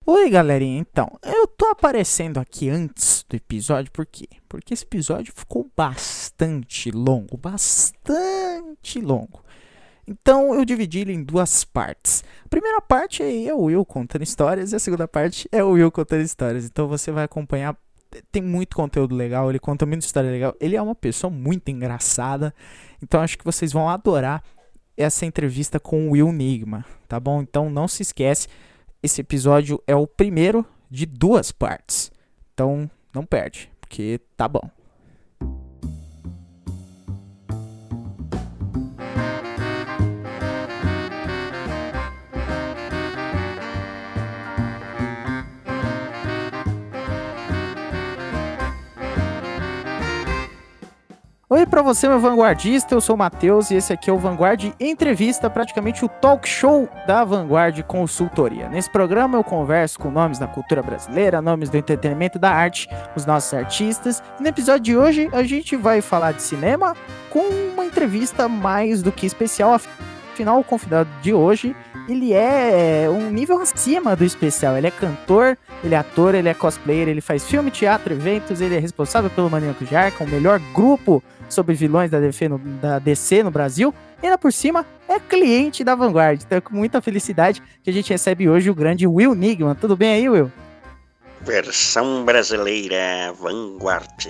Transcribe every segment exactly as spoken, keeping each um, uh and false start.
Oi, galerinha. Então, eu tô aparecendo aqui antes do episódio, por quê? Porque esse episódio ficou bastante longo, bastante longo. Então, eu dividi ele em duas partes. A primeira parte é o Will contando histórias e a segunda parte é o Will contando histórias. Então, você vai acompanhar. Tem muito conteúdo legal, ele conta muita história legal. Ele é uma pessoa muito engraçada. Então, acho que vocês vão adorar essa entrevista com o Will Nigma, tá bom? Então, não se esquece. Esse episódio é o primeiro de duas partes. Então, não perde, porque tá bom. Oi pra você, meu vanguardista, eu sou o Matheus e esse aqui é o Vanguard Entrevista, praticamente o talk show da Vanguard Consultoria. Nesse programa eu converso com nomes da cultura brasileira, nomes do entretenimento e da arte, os nossos artistas. E no episódio de hoje a gente vai falar de cinema com uma entrevista mais do que especial. Afinal, o convidado de hoje, ele é um nível acima do especial. Ele é cantor, ele é ator, ele é cosplayer, ele faz filme, teatro, eventos, ele é responsável pelo Maníaco de Arkham, o melhor grupo sobre vilões da D C, no, da D C no Brasil, e ainda por cima é cliente da Vanguard. Então é com muita felicidade que a gente recebe hoje o grande Will Nigma. Tudo bem aí, Will? Versão brasileira Vanguard.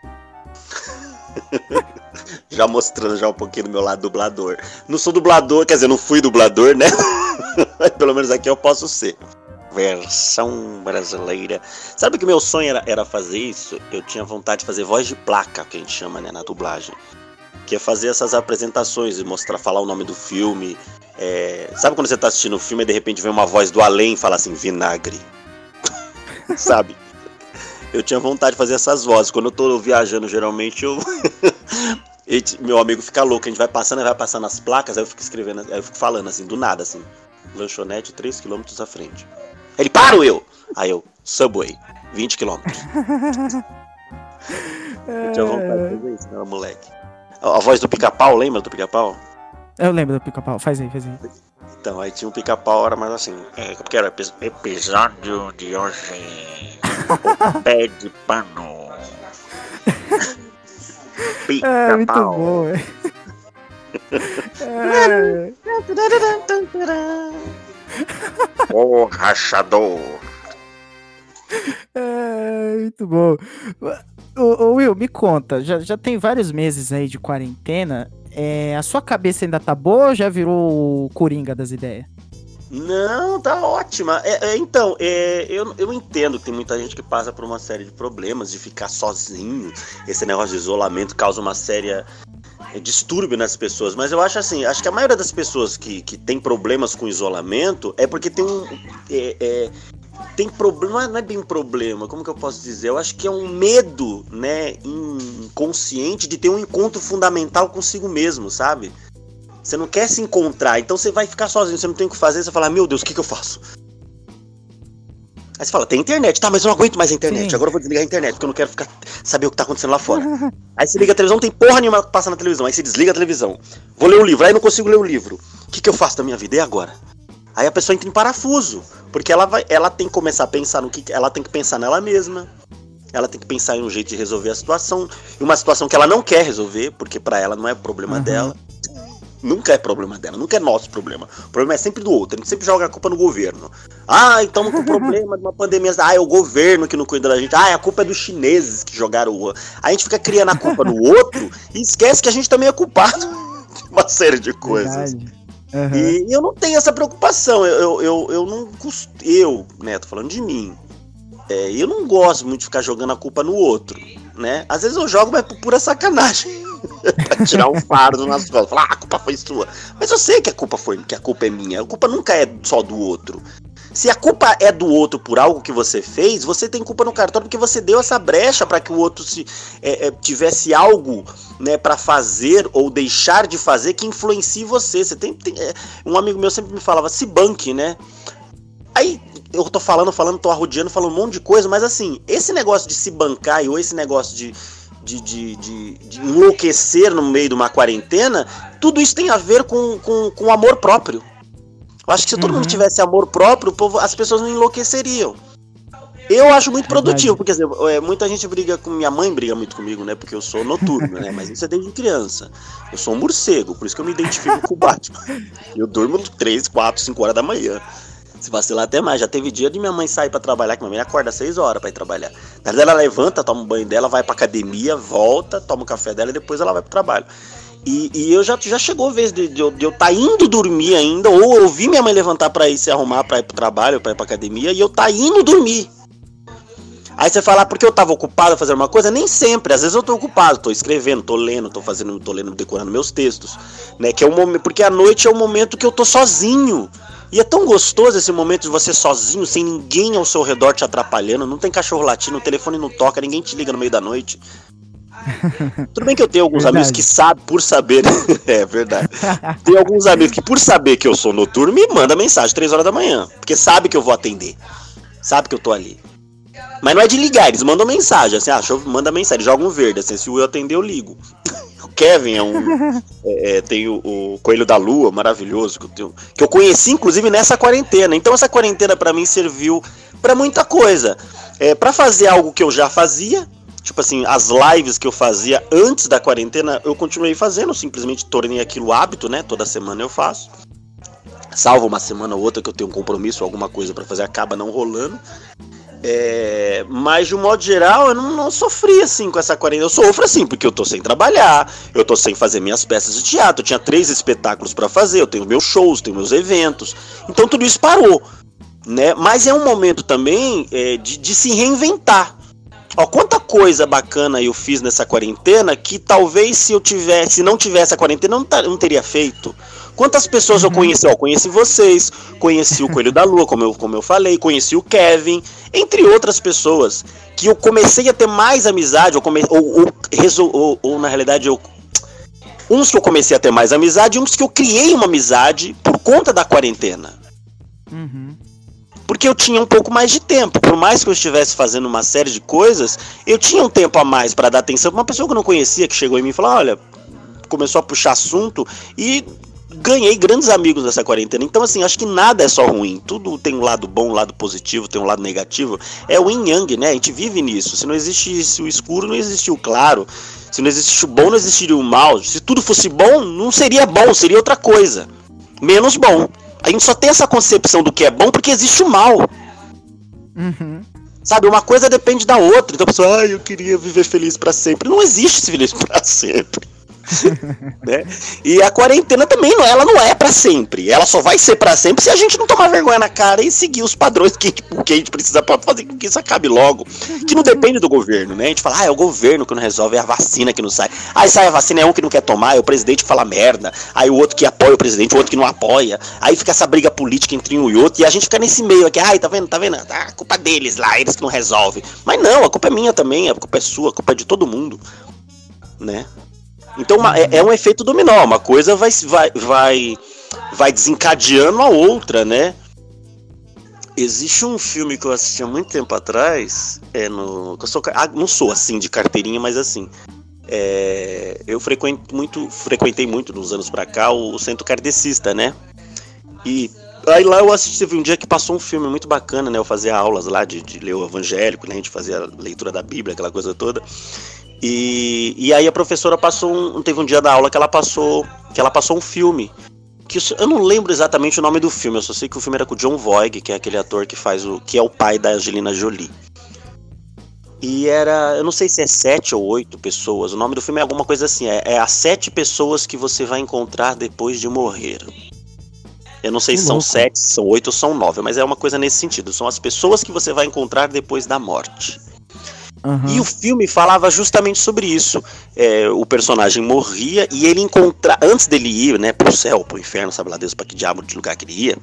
Já mostrando já um pouquinho do meu lado dublador. Não sou dublador, quer dizer, não fui dublador, né? Pelo menos aqui eu posso ser. Versão brasileira. Sabe que meu sonho era, era fazer isso? Eu tinha vontade de fazer voz de placa, que a gente chama, né, na dublagem. Que é fazer essas apresentações e mostrar, falar o nome do filme. É... Sabe quando você tá assistindo o filme e de repente vem uma voz do além e fala assim, vinagre? Sabe? Eu tinha vontade de fazer essas vozes. Quando eu tô viajando, geralmente eu... meu amigo fica louco, a gente vai passando, vai passando as placas, aí eu fico escrevendo, aí eu fico falando assim, do nada, assim. Lanchonete três quilômetros à frente. Ele, para, eu! Aí eu, Subway, vinte quilômetros. Eu tinha vontade de fazer isso, né, moleque. A, a voz do Pica-Pau, lembra do Pica-Pau? Eu lembro do Pica-Pau, faz aí, faz aí. Então, aí tinha um Pica-Pau, era mais assim, é, porque era episódio de hoje, o pé de pano. Pica-Pau. É, muito bom, velho. É. O rachador. É, muito bom. Ô, ô, Will, me conta, já, já tem vários meses aí de quarentena, é, a sua cabeça ainda tá boa ou já virou o Coringa das ideias? Não, tá ótima. É, é, então, é, eu, eu entendo que tem muita gente que passa por uma série de problemas, de ficar sozinho. Esse negócio de isolamento causa uma séria é, distúrbio nas pessoas. Mas eu acho assim, acho que a maioria das pessoas que, que tem problemas com isolamento é porque tem um... É, é, tem problema, não é bem problema, como que eu posso dizer? Eu acho que é um medo, né, inconsciente de ter um encontro fundamental consigo mesmo, sabe? Você não quer se encontrar, então você vai ficar sozinho, você não tem o que fazer, você fala, meu Deus, o que que eu faço? Aí você fala, tem internet, tá, mas eu não aguento mais a internet, Sim. Agora eu vou desligar a internet, porque eu não quero ficar, saber o que tá acontecendo lá fora. Aí você liga a televisão, não tem porra nenhuma que passa na televisão, aí você desliga a televisão, vou ler o livro, aí não consigo ler o livro, o que que eu faço da minha vida, e agora? Aí a pessoa entra em parafuso, porque ela, vai, ela tem que começar a pensar no que, ela tem que pensar nela mesma, ela tem que pensar em um jeito de resolver a situação, e uma situação que ela não quer resolver, porque pra ela não é problema uhum. dela. Nunca é problema dela, nunca é nosso problema. O problema é sempre do outro, a gente sempre joga a culpa no governo. Ah, estamos com problema de uma pandemia. Ah, é o governo que não cuida da gente. Ah, a culpa é dos chineses que jogaram o... A gente fica criando a culpa no outro e esquece que a gente também é culpado de uma série de coisas. Uhum. E eu não tenho essa preocupação. Eu, eu, eu, eu não... Eu, né, tô falando de mim. É, eu não gosto muito de ficar jogando a culpa no outro, né? Às vezes eu jogo, mas por pura sacanagem. Pra tirar um fardo nas costas. Falar, ah, a culpa foi sua. Mas eu sei que a culpa foi, que a culpa é minha. A culpa nunca é só do outro. Se a culpa é do outro por algo que você fez, você tem culpa no cartório porque você deu essa brecha para que o outro se, é, é, tivesse algo, né, para fazer ou deixar de fazer que influencie você. Você tem, tem é, um amigo meu sempre me falava, se banque, né? Aí eu tô falando, falando, tô arrodeando, falando um monte de coisa, mas assim, esse negócio de se bancar ou esse negócio de De, de, de, de enlouquecer no meio de uma quarentena, tudo isso tem a ver com, com, com amor próprio. Eu acho que se todo Uhum. mundo tivesse amor próprio, o povo, as pessoas não enlouqueceriam. Eu acho muito produtivo, porque assim, é, muita gente briga com... Minha mãe briga muito comigo, né? Porque eu sou noturno, né? Mas isso é desde criança. Eu sou um morcego, por isso que eu me identifico com o Batman. Eu durmo três, quatro, cinco horas da manhã. Se vacilar até mais. Já teve dia de minha mãe sair pra trabalhar, que minha mãe acorda às seis horas pra ir trabalhar. Na verdade, ela levanta, toma um banho dela, vai pra academia, volta, toma o café dela e depois ela vai pro trabalho. E, e eu já, já chegou a vez de, de, eu, de eu tá indo dormir ainda, ou eu vi minha mãe levantar pra ir se arrumar pra ir pro trabalho, pra ir pra academia, e eu tá indo dormir. Aí você fala, ah, porque eu tava ocupado fazendo uma coisa? Nem sempre, às vezes eu tô ocupado, tô escrevendo, tô lendo, tô fazendo, tô lendo, decorando meus textos, né? Que é o momento, porque a noite é o momento que eu tô sozinho. E é tão gostoso esse momento de você sozinho, sem ninguém ao seu redor te atrapalhando, não tem cachorro latindo, o telefone não toca, ninguém te liga no meio da noite. Tudo bem que eu tenho alguns verdade. amigos que sabem, por saber, é verdade, tem alguns amigos que por saber que eu sou noturno, me manda mensagem três horas da manhã, porque sabe que eu vou atender, sabe que eu tô ali. Mas não é de ligar, eles mandam mensagem, assim, ah, manda mensagem, joga um verde, assim, se eu atender eu ligo. O Kevin é um, é, tem o, o Coelho da Lua, maravilhoso, que eu, tenho, que eu conheci inclusive nessa quarentena, então essa quarentena pra mim serviu pra muita coisa, é, pra fazer algo que eu já fazia, tipo assim, as lives que eu fazia antes da quarentena, eu continuei fazendo, simplesmente tornei aquilo hábito, né, toda semana eu faço, salvo uma semana ou outra que eu tenho um compromisso, alguma coisa pra fazer, acaba não rolando. É, mas de um modo geral eu não, não sofri assim com essa quarentena. Eu sofro assim porque eu tô sem trabalhar, eu tô sem fazer minhas peças de teatro, eu tinha três espetáculos pra fazer, eu tenho meus shows, tenho meus eventos, então tudo isso parou, né? Mas é um momento também é, de, de se reinventar. Ó, quanta coisa bacana eu fiz nessa quarentena que talvez se eu tivesse, se não tivesse a quarentena eu não, não teria feito. Quantas pessoas eu conheci? Ó, conheci vocês, conheci o Coelho da Lua, como eu, como eu falei, conheci o Kevin, entre outras pessoas, que eu comecei a ter mais amizade, ou, come, ou, ou, ou, ou na realidade, eu, uns que eu comecei a ter mais amizade e uns que eu criei uma amizade por conta da quarentena. Uhum. Porque eu tinha um pouco mais de tempo, por mais que eu estivesse fazendo uma série de coisas, eu tinha um tempo a mais para dar atenção para uma pessoa que eu não conhecia, que chegou em mim e falou, olha, começou a puxar assunto e... ganhei grandes amigos nessa quarentena. Então assim, acho que nada é só ruim. Tudo tem um lado bom, um lado positivo, tem um lado negativo. É o yin yang, né? A gente vive nisso. Se não existisse o escuro, não existia o claro. Se não existisse o bom, não existiria o mal. Se tudo fosse bom, não seria bom, seria outra coisa. Menos bom. A gente só tem essa concepção do que é bom porque existe o mal. Uhum. Sabe, uma coisa depende da outra. Então a pessoa, ah, eu queria viver feliz pra sempre. Não existe feliz pra sempre. Né? E a quarentena também não, ela não é pra sempre. Ela só vai ser pra sempre se a gente não tomar vergonha na cara e seguir os padrões que, que a gente precisa pra fazer com que isso acabe logo. Que não depende do governo, né? A gente fala, ah, é o governo que não resolve, é a vacina que não sai. Aí sai a vacina, é um que não quer tomar, é o presidente que fala merda. Aí o outro que apoia o presidente, o outro que não apoia. Aí fica essa briga política entre um e outro. E a gente fica nesse meio aqui, ai, tá vendo, tá vendo? Ah, a culpa deles lá, eles que não resolvem. Mas não, a culpa é minha também, a culpa é sua, a culpa é de todo mundo, né? Então uma, é, é um efeito dominó, uma coisa vai, vai, vai, vai desencadeando a outra, né? Existe um filme que eu assisti há muito tempo atrás, é no, eu sou, não sou assim de carteirinha, mas assim, é, eu frequento muito, frequentei muito nos anos pra cá o, o Centro Kardecista, né? E aí lá eu assisti, teve um dia que passou um filme muito bacana, né? Eu fazia aulas lá de, de ler o evangélico, né? A gente fazia a leitura da Bíblia, aquela coisa toda. E, e aí a professora passou um, teve um dia da aula que ela passou que ela passou um filme que eu não lembro exatamente o nome do filme, eu só sei que o filme era com o John Voight, que é aquele ator que faz o que é o pai da Angelina Jolie. E era, eu não sei se é sete ou oito pessoas, o nome do filme é alguma coisa assim, é, é as sete pessoas que você vai encontrar depois de morrer. Eu não sei se são sete, são oito ou são nove, mas é uma coisa nesse sentido, são as pessoas que você vai encontrar depois da morte. Uhum. E o filme falava justamente sobre isso. É, o personagem morria e ele encontra antes dele ir, né, pro céu, pro inferno, sabe lá Deus pra que diabo de lugar que ele ia.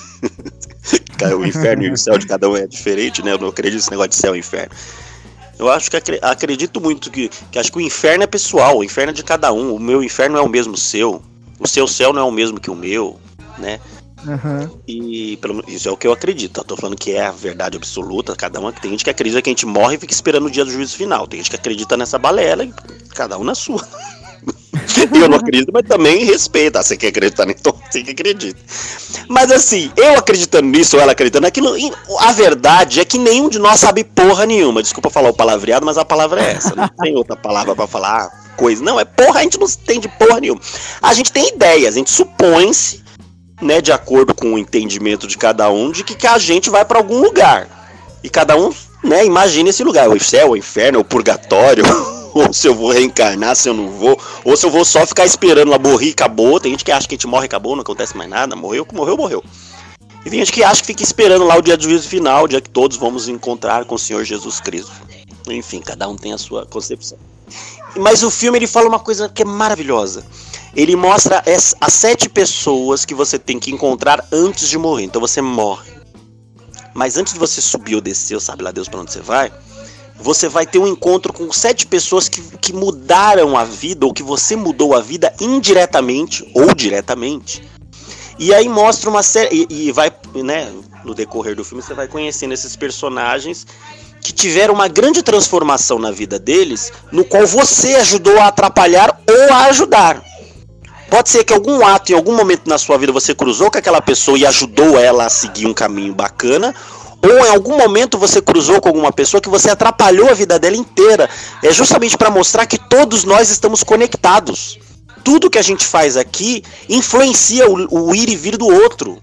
O inferno e o céu de cada um é diferente, né? Eu não acredito nesse negócio de céu e inferno. Eu acho que acredito muito que, que acho que o inferno é pessoal, o inferno é de cada um. O meu inferno é o mesmo seu, o seu céu não é o mesmo que o meu, né? Uhum. E pelo, isso é o que eu acredito. Eu tô falando que é a verdade absoluta. Cada um, tem gente que acredita que a gente morre e fica esperando o dia do juízo final. Tem gente que acredita nessa balela e cada um na sua. Eu não acredito, mas também respeita. Ah, você quer acreditar, então você que acredita. Mas assim, eu acreditando nisso, ou ela acreditando naquilo, a verdade é que nenhum de nós sabe porra nenhuma. Desculpa falar o palavreado, mas a palavra é essa. Não tem outra palavra pra falar coisa. Não, é porra, a gente não entende porra nenhuma. A gente tem ideias, a gente supõe-se, né, de acordo com o entendimento de cada um, de que, que a gente vai pra algum lugar. E cada um, né, imagina esse lugar, o céu, o inferno, o purgatório, ou se eu vou reencarnar, se eu não vou, ou se eu vou só ficar esperando lá, morrer e acabou. Tem gente que acha que a gente morre e acabou, não acontece mais nada, morreu, morreu, morreu. E tem gente que acha que fica esperando lá o dia do juízo final, o dia que todos vamos encontrar com o Senhor Jesus Cristo. Enfim, cada um tem a sua concepção. Mas o filme, ele fala uma coisa que é maravilhosa. Ele mostra as, as sete pessoas que você tem que encontrar antes de morrer. Então você morre. Mas antes de você subir ou descer, ou sabe lá Deus pra onde você vai, você vai ter um encontro com sete pessoas que, que mudaram a vida, ou que você mudou a vida indiretamente ou diretamente. E aí mostra uma série, e, e vai, né, no decorrer do filme você vai conhecendo esses personagens que tiveram uma grande transformação na vida deles, no qual você ajudou a atrapalhar ou a ajudar. Pode ser que algum ato, em algum momento na sua vida, você cruzou com aquela pessoa e ajudou ela a seguir um caminho bacana, ou em algum momento você cruzou com alguma pessoa que você atrapalhou a vida dela inteira. É justamente para mostrar que todos nós estamos conectados. Tudo que a gente faz aqui influencia o, o ir e vir do outro.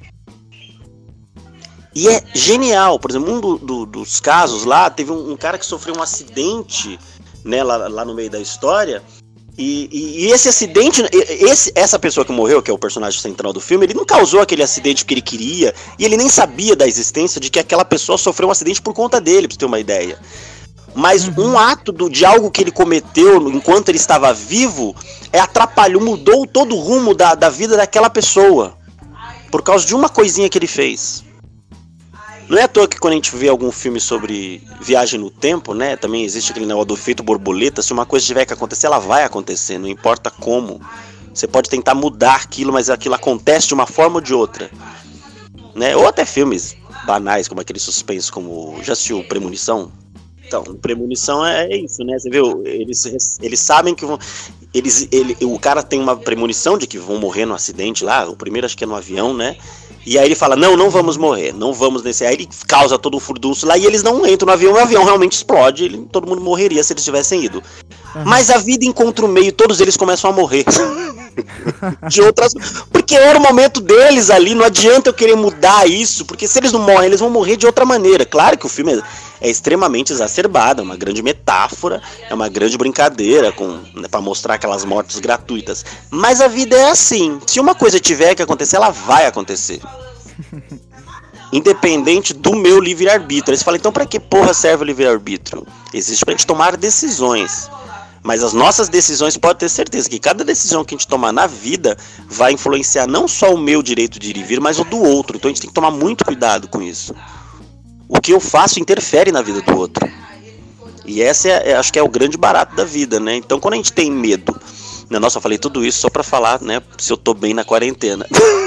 E é genial. Por exemplo, um do, do, dos casos lá, teve um, um cara que sofreu um acidente, né, lá, lá no meio da história. E, e, e esse acidente, esse, essa pessoa que morreu, que é o personagem central do filme, ele não causou aquele acidente porque ele queria, e ele nem sabia da existência de que aquela pessoa sofreu um acidente por conta dele, pra você ter uma ideia. Mas uhum. um ato do, de algo que ele cometeu enquanto ele estava vivo, é atrapalhou, mudou todo o rumo da, da vida daquela pessoa, por causa de uma coisinha que ele fez. Não é à toa que quando a gente vê algum filme sobre viagem no tempo, né, também existe aquele negócio do efeito borboleta. Se uma coisa tiver que acontecer, ela vai acontecer, não importa como. Você pode tentar mudar aquilo, mas aquilo acontece de uma forma ou de outra, né? Ou até filmes banais, como aquele suspense, como... Já assistiu Premonição? Então, Premonição é isso, né? Você viu? Eles, eles sabem que vão... Eles, ele, o cara tem uma premonição de que vão morrer no acidente lá. O primeiro acho que é no avião, né? E aí ele fala, não, não vamos morrer, não vamos descer. Aí ele causa todo o furdunço lá e eles não entram no avião, o avião realmente explode, ele, todo mundo morreria se eles tivessem ido. Uhum. Mas a vida encontra o meio, todos eles começam a morrer. De outras... Porque era o momento deles ali, não adianta eu querer mudar isso, porque se eles não morrem, eles vão morrer de outra maneira. Claro que o filme é, é extremamente exacerbado, é uma grande metáfora, é uma grande brincadeira com, né, para mostrar aquelas mortes gratuitas. Mas a vida é assim, se uma coisa tiver que acontecer, ela vai acontecer. Independente do meu livre-arbítrio. Aí você fala, então pra que porra serve o livre-arbítrio? Existe pra gente tomar decisões. Mas as nossas decisões, pode ter certeza que cada decisão que a gente tomar na vida vai influenciar não só o meu direito de ir e vir, mas o do outro. Então a gente tem que tomar muito cuidado com isso. O que eu faço interfere na vida do outro. E essa é, é, acho que é o grande barato da vida, né? Então quando a gente tem medo... Né? Nossa, eu falei tudo isso só pra falar, né, se eu tô bem na quarentena.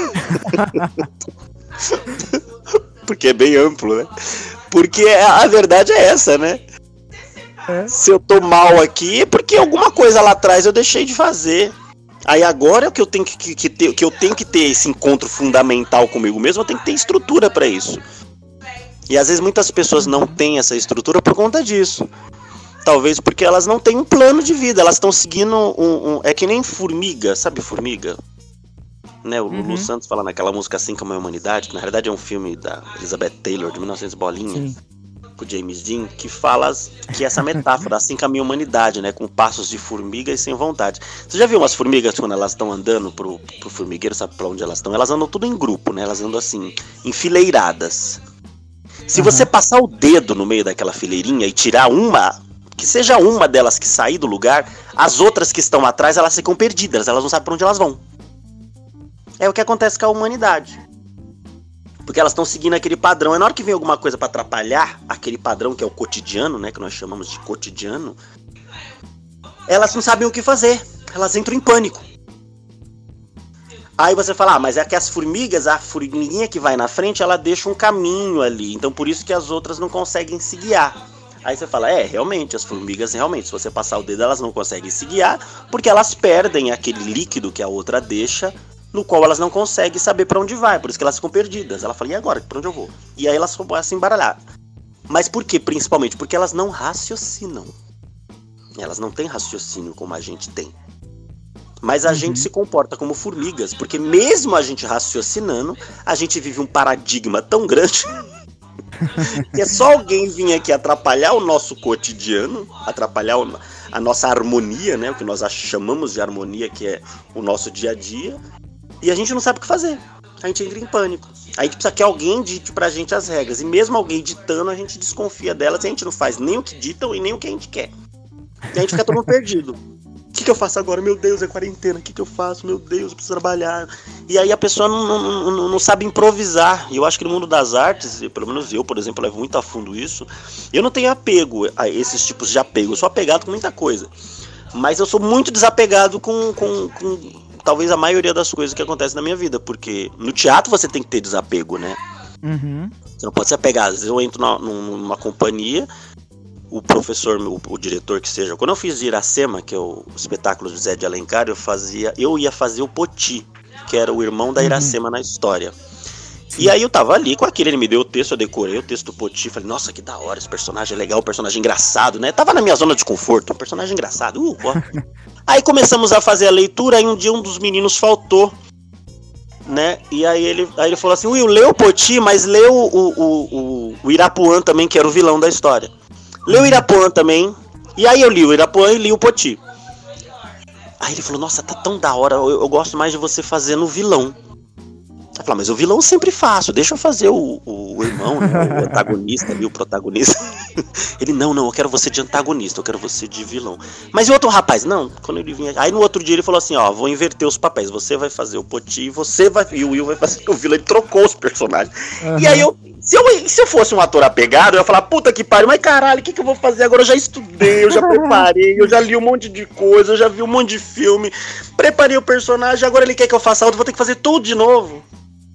Porque é bem amplo, né? Porque a verdade é essa, né? É. Se eu tô mal aqui é porque alguma coisa lá atrás eu deixei de fazer. Aí agora é que eu tenho que, que, que, ter, que eu tenho que ter esse encontro fundamental comigo mesmo, eu tenho que ter estrutura pra isso. E às vezes muitas pessoas não têm essa estrutura por conta disso. Talvez porque elas não têm um plano de vida, elas estão seguindo um, um... É que nem formiga, sabe formiga? Né, o Lulu uhum. Santos fala naquela música Assim Como é a Humanidade, que na verdade é um filme da Elizabeth Taylor, de mil e novecentos bolinha. Sim. Com o James Dean, que fala que essa metáfora, assim caminha a humanidade, né? Com passos de formiga e sem vontade. Você já viu umas formigas quando elas estão andando pro, pro formigueiro, sabe pra onde elas estão? Elas andam tudo em grupo, né? Elas andam assim, enfileiradas. Se uhum. você passar o dedo no meio daquela fileirinha e tirar uma, que seja uma delas que sair do lugar, as outras que estão atrás, elas ficam perdidas, elas não sabem pra onde elas vão. É o que acontece com a humanidade. Porque elas estão seguindo aquele padrão. É na hora que vem alguma coisa para atrapalhar aquele padrão que é o cotidiano, né? Que nós chamamos de cotidiano. Elas não sabem o que fazer. Elas entram em pânico. Aí você fala, ah, mas é que as formigas, a formiguinha que vai na frente, ela deixa um caminho ali. Então por isso que as outras não conseguem se guiar. Aí você fala, é, realmente, as formigas, realmente, se você passar o dedo, elas não conseguem se guiar, porque elas perdem aquele líquido que a outra deixa, no qual elas não conseguem saber pra onde vai, por isso que elas ficam perdidas. Ela fala, e agora, pra onde eu vou? E aí elas começam a se embaralhar. Mas por quê, principalmente? Porque elas não raciocinam. Elas não têm raciocínio como a gente tem. Mas a uhum. gente se comporta como formigas, porque mesmo a gente raciocinando, a gente vive um paradigma tão grande que é só alguém vir aqui atrapalhar o nosso cotidiano, atrapalhar a nossa harmonia, né? O que nós chamamos de harmonia, que é o nosso dia a dia, e a gente não sabe o que fazer. A gente entra em pânico. A gente precisa que alguém dite pra gente as regras. E mesmo alguém ditando, a gente desconfia delas e a gente não faz nem o que ditam e nem o que a gente quer. E a gente fica todo mundo perdido. O que, que eu faço agora? Meu Deus, é quarentena. O que, que eu faço? Meu Deus, eu preciso trabalhar. E aí a pessoa não, não, não, não sabe improvisar. E eu acho que no mundo das artes, pelo menos eu, por exemplo, levo muito a fundo isso. Eu não tenho apego a esses tipos de apego. Eu sou apegado com muita coisa. Mas eu sou muito desapegado com, com, com talvez a maioria das coisas que acontecem na minha vida. Porque no teatro você tem que ter desapego, né? Uhum. Você não pode se apegar. Às vezes eu entro na, numa companhia... O professor, o, o diretor que seja, quando eu fiz Iracema, que é o espetáculo de Zé de Alencar, eu fazia, eu ia fazer o Poti, que era o irmão da Iracema uhum. na história. Sim. E aí eu tava ali com aquele, ele me deu o texto, eu decorei o texto do Poti, falei, nossa, que da hora, esse personagem é legal, um personagem engraçado, né? Tava na minha zona de conforto, um personagem engraçado, uh, ó. Aí começamos a fazer a leitura, aí um dia um dos meninos faltou, né? E aí ele, aí ele falou assim, Will, lê o Poti, mas lê o, o, o, o Irapuã também, que era o vilão da história. Lê o Irapuã também. E aí eu li o Irapuã e li o Poti. Aí ele falou, nossa, tá tão da hora, eu, eu gosto mais de você fazendo o vilão. Eu falei, mas o vilão eu sempre faço, deixa eu fazer o, o, o irmão, né, o antagonista ali, o protagonista. Ele, não, não, eu quero você de antagonista, eu quero você de vilão. Mas e o outro rapaz? Não, quando ele vinha... Aí no outro dia ele falou assim, ó, vou inverter os papéis, você vai fazer o Poti, você vai... e o Will vai fazer o vilão, ele trocou os personagens. Uhum. E aí eu... Se eu, se eu fosse um ator apegado, eu ia falar, puta que pariu, mas caralho, o que, que eu vou fazer agora? Eu já estudei, eu já preparei, eu já li um monte de coisa, eu já vi um monte de filme, preparei o personagem, agora ele quer que eu faça outro, vou ter que fazer tudo de novo.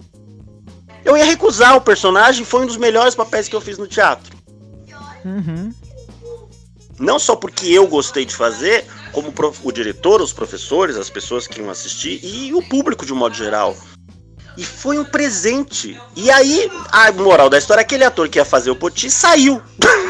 Eu ia recusar o personagem, foi um dos melhores papéis que eu fiz no teatro. Uhum. Não só porque eu gostei de fazer, como o diretor, os professores, as pessoas que iam assistir e o público de um modo geral. E foi um presente. E aí, a moral da história, aquele ator que ia fazer o Poti saiu.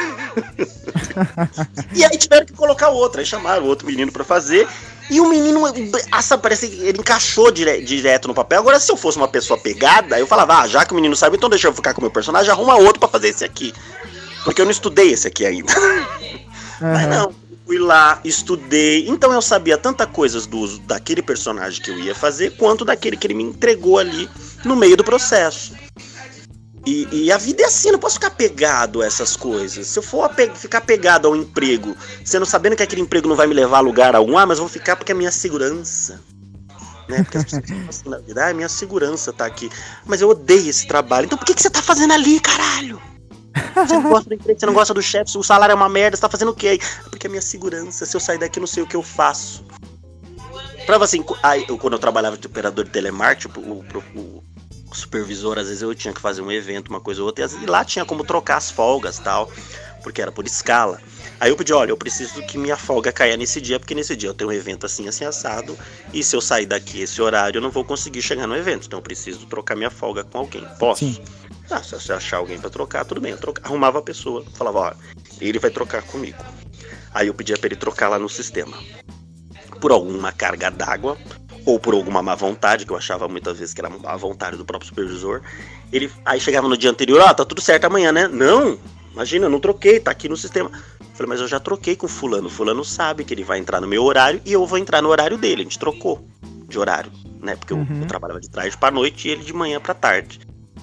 E aí tiveram que colocar outro. Aí chamaram o outro menino pra fazer. E o menino, assa, parece que ele encaixou dire, direto no papel. Agora, se eu fosse uma pessoa pegada, eu falava, ah, já que o menino sabe, então deixa eu ficar com o meu personagem, arruma outro pra fazer esse aqui. Porque eu não estudei esse aqui ainda. Uhum. Mas não, fui lá, estudei. Então eu sabia tanta coisas do, daquele personagem que eu ia fazer, quanto daquele que ele me entregou ali no meio do processo. E, e a vida é assim, não posso ficar pegado a essas coisas. Se eu for apeg- ficar pegado ao emprego, sendo sabendo que aquele emprego não vai me levar a lugar algum, ah, mas eu vou ficar porque é minha segurança. Né? Porque as pessoas ficam assim na vida, ah, minha segurança tá aqui. Mas eu odeio esse trabalho. Então por que, que você tá fazendo ali, caralho? Você não gosta do emprego, você não gosta do chefe, o salário é uma merda, você tá fazendo o quê? Porque é minha segurança, se eu sair daqui eu não sei o que eu faço. Prova assim, aí, eu, quando eu trabalhava de operador de telemarketing, o, o, o supervisor, às vezes eu tinha que fazer um evento, uma coisa ou outra, e lá tinha como trocar as folgas e tal, porque era por escala. Aí eu pedi, olha, eu preciso que minha folga caia nesse dia, porque nesse dia eu tenho um evento assim, assim, assado, e se eu sair daqui esse horário, eu não vou conseguir chegar no evento, então eu preciso trocar minha folga com alguém. Posso? Sim. Ah, se você achar alguém pra trocar, tudo bem. Eu troca, arrumava a pessoa, falava, ó, ele vai trocar comigo. Aí eu pedia pra ele trocar lá no sistema. Por alguma carga d'água, ou por alguma má vontade, que eu achava muitas vezes que era má vontade do próprio supervisor. Ele, aí chegava no dia anterior, ó, ah, tá tudo certo amanhã, né? Não, imagina, eu não troquei, tá aqui no sistema. Eu falei, mas eu já troquei com fulano. Fulano sabe que ele vai entrar no meu horário e eu vou entrar no horário dele. A gente trocou de horário, né? Porque eu, uhum. eu trabalhava de tarde pra noite e ele de manhã pra tarde.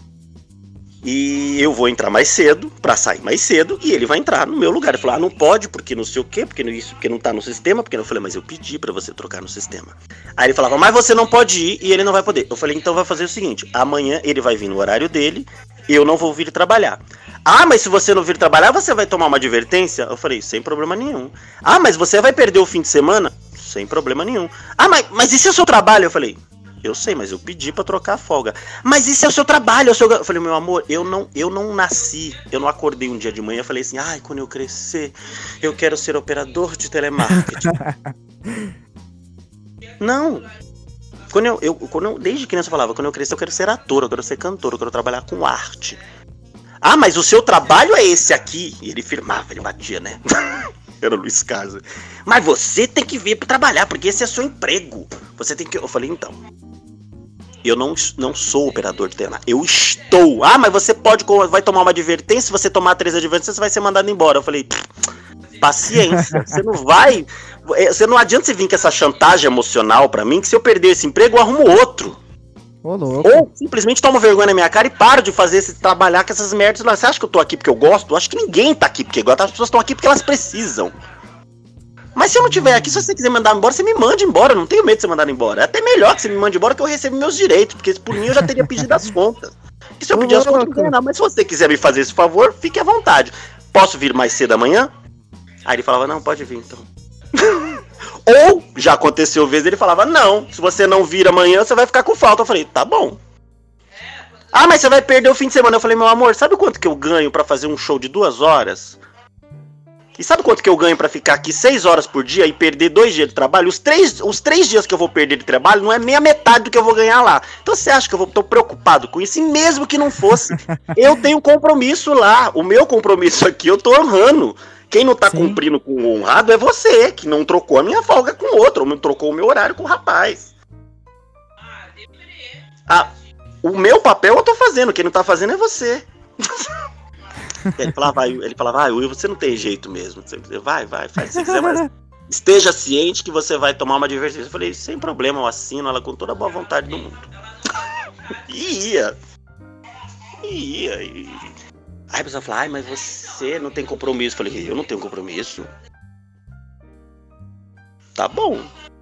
E eu vou entrar mais cedo, pra sair mais cedo, e ele vai entrar no meu lugar. Ele falou, ah, não pode, porque não sei o quê, porque isso, porque não tá no sistema, porque eu falei, mas eu pedi pra você trocar no sistema. Aí ele falava, mas você não pode ir e ele não vai poder. Eu falei, então vai fazer o seguinte, amanhã ele vai vir no horário dele, eu não vou vir trabalhar. Ah, mas se você não vir trabalhar, você vai tomar uma advertência? Eu falei, sem problema nenhum. Ah, mas você vai perder o fim de semana? Sem problema nenhum. Ah, mas, mas e se é o seu trabalho? Eu falei, Eu sei, mas eu pedi pra trocar a folga. Mas isso é o seu trabalho, é o seu... Eu falei, meu amor, eu não, eu não nasci, eu não acordei um dia de manhã e falei assim, ai, quando eu crescer, eu quero ser operador de telemarketing. Não. Quando eu, eu, quando eu, desde criança eu falava, quando eu crescer eu quero ser ator, eu quero ser cantor, eu quero trabalhar com arte. Ah, mas o seu trabalho é esse aqui. E ele firmava, ele batia, né? Era o Luiz Casa. Mas você tem que vir pra trabalhar, porque esse é seu emprego. Você tem que... Eu falei, então... Eu não, não sou operador de telemarketing. Eu estou. Ah, mas você pode... Vai tomar uma advertência. Se você tomar três advertências, você vai ser mandado embora. Eu falei... Paciência. Você não vai... Você não adianta você vir com essa chantagem emocional pra mim, que se eu perder esse emprego, eu arrumo outro. Ô, louco. Ou simplesmente toma vergonha na minha cara e paro de fazer esse trabalhar com essas merdas lá. Você acha que eu tô aqui porque eu gosto? Eu acho que ninguém tá aqui porque gosta. As pessoas estão aqui porque elas precisam. Mas se eu não tiver aqui, se você quiser mandar embora, você me mande embora. Eu não tenho medo de você mandar embora. É até melhor que você me mande embora que eu recebo meus direitos. Porque por mim eu já teria pedido as contas. E se eu pedir as contas, eu não ganho nada. Mas se você quiser me fazer esse favor, fique à vontade. Posso vir mais cedo amanhã? Aí ele falava, não, pode vir então. Ou, já aconteceu vezes, ele falava, não, se você não vir amanhã, você vai ficar com falta. Eu falei, tá bom. Ah, mas você vai perder o fim de semana. Eu falei, meu amor, sabe quanto que eu ganho pra fazer um show de duas horas? E sabe quanto que eu ganho pra ficar aqui seis horas por dia e perder dois dias de trabalho? Os três, os três dias que eu vou perder de trabalho não é nem a metade do que eu vou ganhar lá. Então você acha que eu vou, tô preocupado com isso? E mesmo que não fosse, eu tenho compromisso lá. O meu compromisso aqui eu tô honrando. Quem não tá Sim. cumprindo com o honrado é você, que não trocou a minha folga com outro, ou não trocou o meu horário com o rapaz. Ah, o meu papel eu tô fazendo, quem não tá fazendo é você. Ele falava, ele falava, ah, Will, você não tem jeito mesmo. Vai, vai, faz se quiser, mas esteja ciente que você vai tomar uma advertência. Eu falei, sem problema, eu assino ela com toda a boa vontade do mundo. E ia. E ia. E... Aí a pessoa fala, ai, mas você não tem compromisso. Eu falei, eu não tenho compromisso. Tá bom.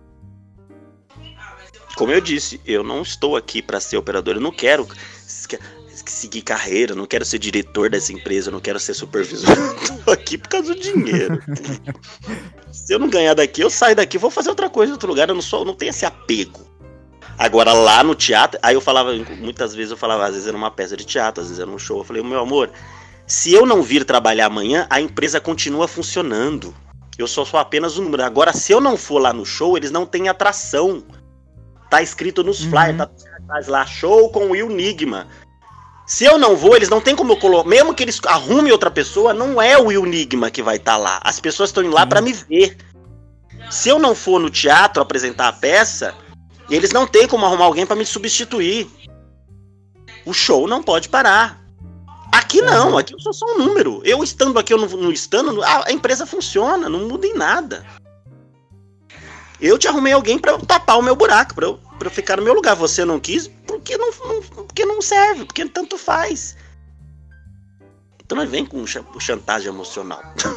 Como eu disse, eu não estou aqui para ser operador, eu não quero seguir carreira, eu não quero ser diretor dessa empresa, eu não quero ser supervisor. Eu tô aqui por causa do dinheiro. Se eu não ganhar daqui, eu saio daqui, vou fazer outra coisa em outro lugar, eu não sou, não tenho esse apego. Agora lá no teatro, aí eu falava, muitas vezes eu falava, às vezes era uma peça de teatro, às vezes era um show, eu falei, meu amor, se eu não vir trabalhar amanhã, a empresa continua funcionando. Eu só sou apenas um número. Agora, se eu não for lá no show, eles não têm atração. Tá escrito nos flyers, uhum. tá lá, show com o Will Nigma. Se eu não vou, eles não tem como eu colocar. Mesmo que eles arrumem outra pessoa, não é o Will Nigma que vai estar tá lá. As pessoas estão indo lá uhum. pra me ver. Se eu não for no teatro apresentar a peça, eles não tem como arrumar alguém pra me substituir. O show não pode parar. Aqui não, aqui eu sou só um número. Eu estando aqui ou não, não estando, a, a empresa funciona, não muda em nada. Eu te arrumei alguém pra tapar o meu buraco, pra eu, pra eu ficar no meu lugar. Você não quis, porque não, não, porque não serve, porque tanto faz. Então não vem com chantagem emocional.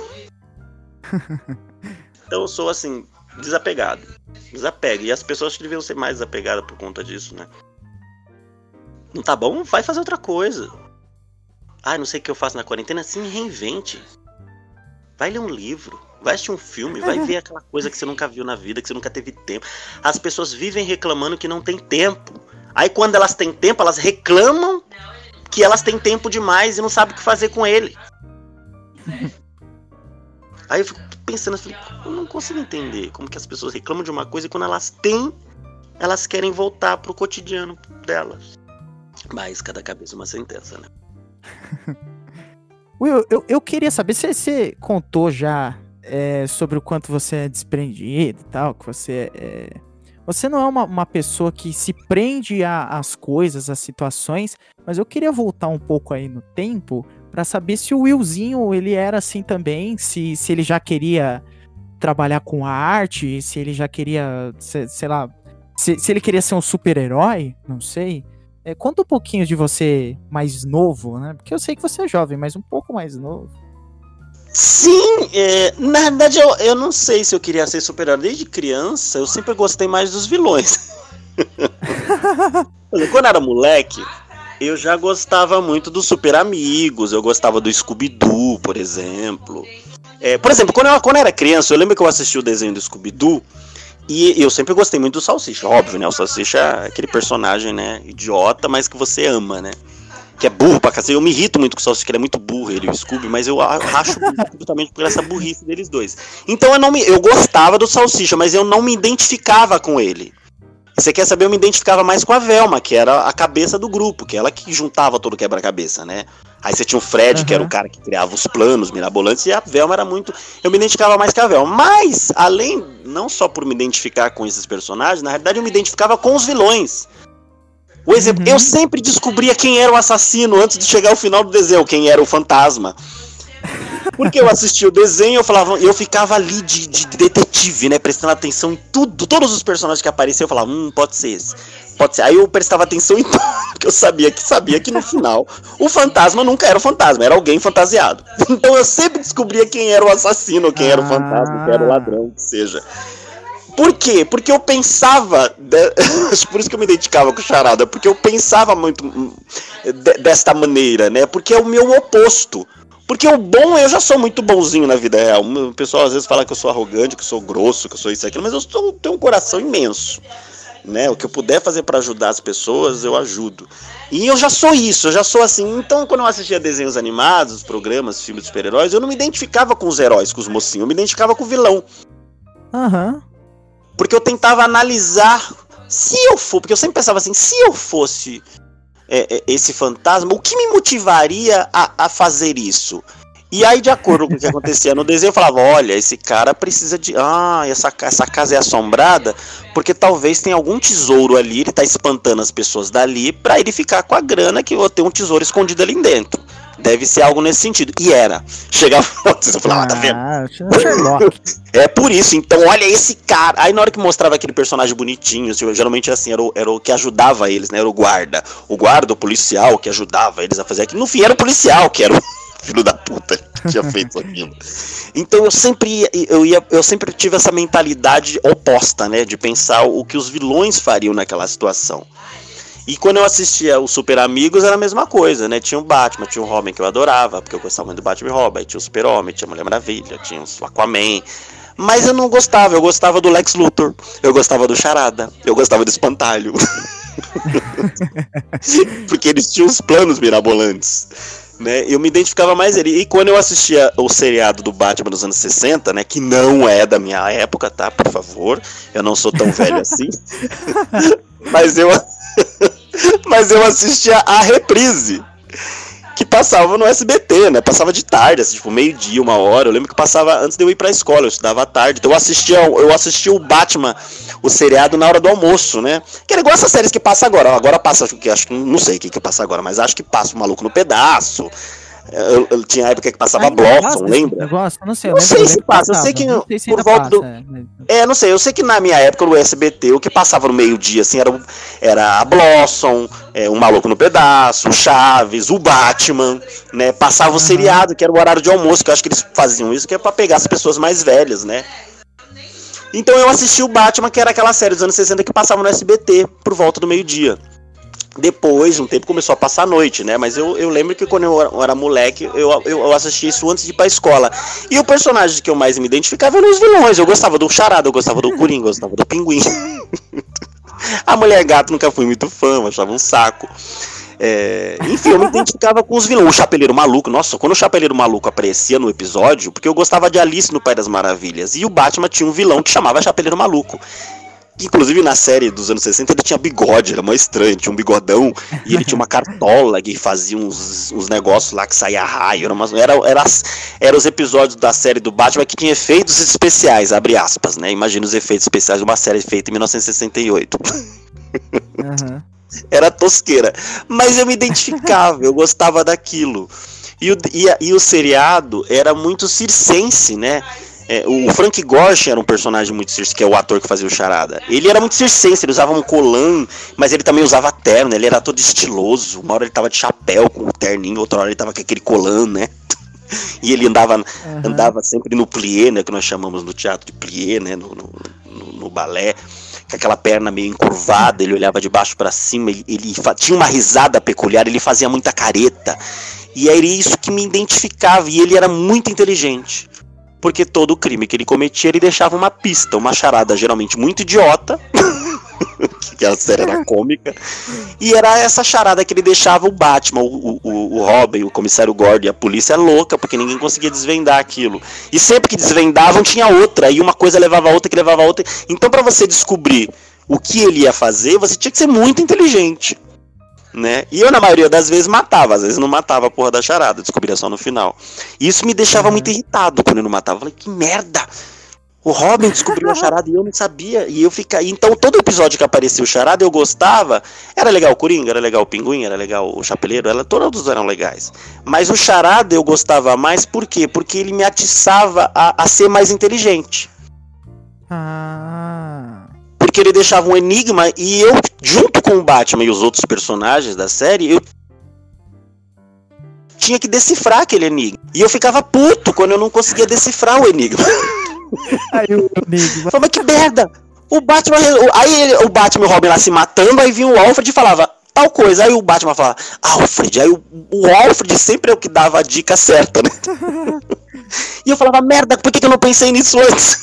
Então eu sou assim, desapegado. Desapego. E as pessoas deviam ser mais desapegadas por conta disso, né? Não tá bom? Vai fazer outra coisa. Ah, não sei o que eu faço na quarentena. Sim, reinvente. Vai ler um livro. Vai assistir um filme. Vai ver aquela coisa que você nunca viu na vida, que você nunca teve tempo. As pessoas vivem reclamando que não tem tempo. Aí quando elas têm tempo, elas reclamam que elas têm tempo demais e não sabem o que fazer com ele. Aí eu fico pensando assim, eu não consigo entender como que as pessoas reclamam de uma coisa e quando elas têm, elas querem voltar pro cotidiano delas. Mas cada cabeça é uma sentença, né? Will, eu, eu queria saber, se você contou já é, sobre o quanto você é desprendido e tal, que você é... Você não é uma, uma pessoa que se prende às coisas, às situações, mas eu queria voltar um pouco aí no tempo pra saber se o Willzinho, ele era assim também, se, se ele já queria trabalhar com a arte, se ele já queria, se, sei lá, se, se ele queria ser um super-herói, não sei. É, conta um pouquinho de você mais novo, né? Porque eu sei que você é jovem, mas um pouco mais novo. Sim, é, na verdade eu, eu não sei se eu queria ser super-herói. Desde criança eu sempre gostei mais dos vilões. Quando eu era moleque, eu já gostava muito dos Super Amigos. Eu gostava do Scooby-Doo, por exemplo. É, por exemplo, quando eu, quando eu era criança, eu lembro que eu assisti o desenho do Scooby-Doo. E eu sempre gostei muito do Salsicha, óbvio, né? O Salsicha é aquele personagem, né, idiota, mas que você ama, né? Que é burro pra cacete. Eu me irrito muito com o Salsicha, que ele é muito burro, ele e o Scooby, mas eu racho justamente por essa burrice deles dois. Então eu, não me, eu gostava do Salsicha, mas eu não me identificava com ele. Você quer saber, eu me identificava mais com a Velma, que era a cabeça do grupo, que é ela que juntava todo o quebra-cabeça, né? Aí você tinha o Fred, uhum. que era o cara que criava os planos mirabolantes, e a Velma era muito... Eu me identificava mais com a Velma. Mas, além, não só por me identificar com esses personagens, na realidade eu me identificava com os vilões. O exemplo, uhum. Eu sempre descobria quem era o assassino antes de chegar ao final do desenho, quem era o fantasma. Porque eu assistia o desenho, eu falava, eu ficava ali de, de detetive, né, prestando atenção em tudo, todos os personagens que apareciam, eu falava, hum, pode ser esse, pode ser. Aí eu prestava atenção em tudo, porque eu sabia que sabia que no final o fantasma nunca era o fantasma, era alguém fantasiado. Então eu sempre descobria quem era o assassino, quem ah. era o fantasma, quem era o ladrão, que seja. Por quê? Porque eu pensava, de... por isso que eu me identificava com o Charada, porque eu pensava muito de, desta maneira, né, porque é o meu oposto. Porque o bom, eu já sou muito bonzinho na vida real. O pessoal às vezes fala que eu sou arrogante, que eu sou grosso, que eu sou isso e aquilo, mas eu sou, tenho um coração imenso, né? O que eu puder fazer pra ajudar as pessoas, eu ajudo. E eu já sou isso, eu já sou assim. Então, quando eu assistia desenhos animados, programas, filmes de super-heróis, eu não me identificava com os heróis, com os mocinhos, eu me identificava com o vilão. Aham. Uhum. Porque eu tentava analisar, se eu for, porque eu sempre pensava assim, se eu fosse... É, é, esse fantasma, o que me motivaria a, a fazer isso? E aí, de acordo com o que acontecia no desenho, eu falava, olha, esse cara precisa de... Ah, essa, essa casa é assombrada porque talvez tenha algum tesouro ali, ele tá espantando as pessoas dali pra ele ficar com a grana que eu tenho um tesouro escondido ali dentro. Deve ser algo nesse sentido. E era. Chegava eu falava, ah, tá vendo? É por isso. Então, olha esse cara. Aí na hora que mostrava aquele personagem bonitinho, geralmente assim, era o, era o que ajudava eles, né? Era o guarda. O guarda, o policial que ajudava eles a fazer aquilo. No fim, era o policial que era o filho da puta que tinha feito aquilo. Então eu sempre, eu, ia, eu sempre tive essa mentalidade oposta, né? De pensar o que os vilões fariam naquela situação. E quando eu assistia os Super Amigos era a mesma coisa, né? Tinha o Batman, tinha o Robin que eu adorava, porque eu gostava muito do Batman e Robin, aí tinha o Super-Homem, tinha a Mulher Maravilha, tinha o Aquaman. Mas eu não gostava, eu gostava do Lex Luthor, eu gostava do Charada, eu gostava do Espantalho. Porque eles tinham os planos mirabolantes, né? Eu me identificava mais ele. E quando eu assistia o seriado do Batman dos anos sessenta, né? Que não é da minha época, tá? Por favor, eu não sou tão velho assim. Mas eu... Mas eu assistia a reprise que passava no S B T, né? Passava de tarde, assim, tipo meio-dia, uma hora. Eu lembro que passava antes de eu ir pra escola, eu estudava à tarde. Então eu assistia, eu assistia o Batman, o seriado, na hora do almoço, né? Que era igual essas séries que passa agora. Agora passa, acho que, acho que não sei o que, que passa agora, mas acho que passa o Maluco no Pedaço. Eu, eu tinha época que passava Blossom, lembra? Negócio, não sei, eu não sei se passa, eu sei que não sei se por volta passa, do... é, mas... é, não sei, eu sei que na minha época no S B T, o que passava no meio-dia, assim, era, era a Blossom, é, o Maluco no Pedaço, o Chaves, o Batman, né? Passava uhum. o seriado, que era o horário de almoço, que eu acho que eles faziam isso, que é pra pegar as pessoas mais velhas, né? Então eu assisti o Batman, que era aquela série dos anos sessenta que passava no S B T, por volta do meio-dia. Depois, um tempo, começou a passar a noite, né? Mas eu, eu lembro que quando eu era, eu era moleque, eu, eu, eu assistia isso antes de ir pra escola. E o personagem que eu mais me identificava eram os vilões. Eu gostava do Charada, eu gostava do Coringa, eu gostava do Pinguim. A Mulher Gato nunca fui muito fã, eu achava um saco. É, enfim, eu me identificava com os vilões. O Chapeleiro Maluco, nossa, quando o Chapeleiro Maluco aparecia no episódio, porque eu gostava de Alice no País das Maravilhas, e o Batman tinha um vilão que chamava Chapeleiro Maluco. Inclusive na série dos anos sessenta ele tinha bigode, era mais estranho, tinha um bigodão e ele tinha uma cartola que fazia uns, uns negócios lá que saía raio, era, umas, era, era, era os episódios da série do Batman que tinha efeitos especiais, abre aspas, né? Imagina os efeitos especiais de uma série feita em mil novecentos e sessenta e oito. Uhum. Era tosqueira, mas eu me identificava, eu gostava daquilo. E o, e, a, e o seriado era muito circense, né? É, o Frank Gorshin era um personagem muito circense, que é o ator que fazia o Charada. Ele era muito circense, ele usava um colã, mas ele também usava terno, ele era todo estiloso. Uma hora ele tava de chapéu com o terninho, outra hora ele tava com aquele colã, né? E ele andava, uhum. andava sempre no plié, né? Que nós chamamos no teatro de plié, né? No, no, no, no balé, com aquela perna meio encurvada, ele olhava de baixo pra cima, ele, ele tinha uma risada peculiar, ele fazia muita careta. E era isso que me identificava, e ele era muito inteligente. porque todo crime que ele cometia, ele deixava uma pista, uma charada geralmente muito idiota, que a série era cômica, e era essa charada que ele deixava o Batman, o, o, o Robin, o comissário Gordon e a polícia louca, porque ninguém conseguia desvendar aquilo. E sempre que desvendavam tinha outra, e uma coisa levava a outra, que levava a outra. Então pra você descobrir o que ele ia fazer, você tinha que ser muito inteligente, né? E eu na maioria das vezes matava, às vezes não matava a porra da charada, descobria só no final. E isso me deixava uhum. muito irritado quando eu não matava. Eu falei, que merda! O Robin descobriu a charada e eu não sabia. E eu ficava. Então, todo episódio que aparecia o charada, eu gostava. Era legal o Coringa, era legal o Pinguim, era legal o Chapeleiro, ela, todos eram legais. Mas o charada eu gostava mais, por quê? Porque ele me atiçava a, a ser mais inteligente. Ah. Porque ele deixava um enigma e eu, junto com o Batman e os outros personagens da série, eu tinha que decifrar aquele enigma. E eu ficava puto quando eu não conseguia decifrar o enigma. Aí o enigma. Falei, mas que merda! O Batman. Aí ele, o Batman e o Robin lá se matando, aí vinha o Alfred e falava tal coisa. Aí o Batman falava, Alfred. Aí o, o Alfred sempre é o que dava a dica certa, né? E eu falava, merda, por que, que eu não pensei nisso antes?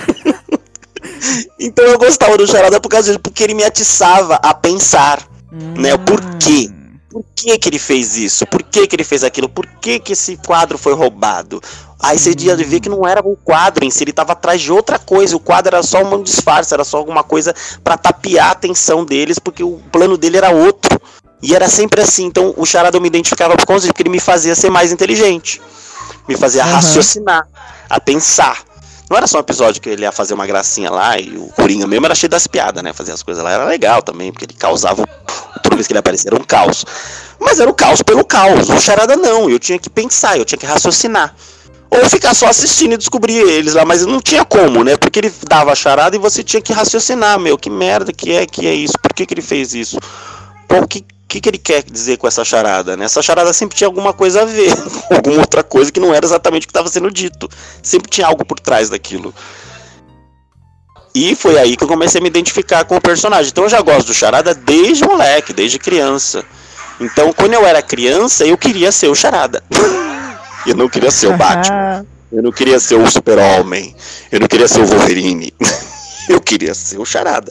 Então eu gostava do charada por causa disso, porque ele me atiçava a pensar, hum. né? Por quê? Por que que ele fez isso? Por que que ele fez aquilo? Por que que esse quadro foi roubado? Aí você ia ver que não era o quadro em si, ele estava atrás de outra coisa. O quadro era só um disfarce, era só alguma coisa para tapear a atenção deles, porque o plano dele era outro. E era sempre assim. Então o charada eu me identificava por conta disso, porque ele me fazia ser mais inteligente, me fazia uhum. raciocinar, a pensar. Não era só um episódio que ele ia fazer uma gracinha lá e o Coringa mesmo era cheio das piadas, né? Fazer as coisas lá era legal também, porque ele causava, toda vez que ele aparecia era um caos. Mas era o caos pelo caos. O charada não, eu tinha que pensar, eu tinha que raciocinar. Ou ficar só assistindo e descobrir eles lá, mas não tinha como, né? Porque ele dava a charada e você tinha que raciocinar, meu, que merda que é que é isso? Por que que ele fez isso? Pô, o que, que que ele quer dizer com essa charada, né? Essa charada sempre tinha alguma coisa a ver, alguma outra coisa que não era exatamente o que estava sendo dito. Sempre tinha algo por trás daquilo. E foi aí que eu comecei a me identificar com o personagem. Então eu já gosto do charada desde moleque, desde criança. Então quando eu era criança, eu queria ser o charada. Eu não queria ser o Batman, eu não queria ser o Super-Homem, eu não queria ser o Wolverine, eu queria ser o charada.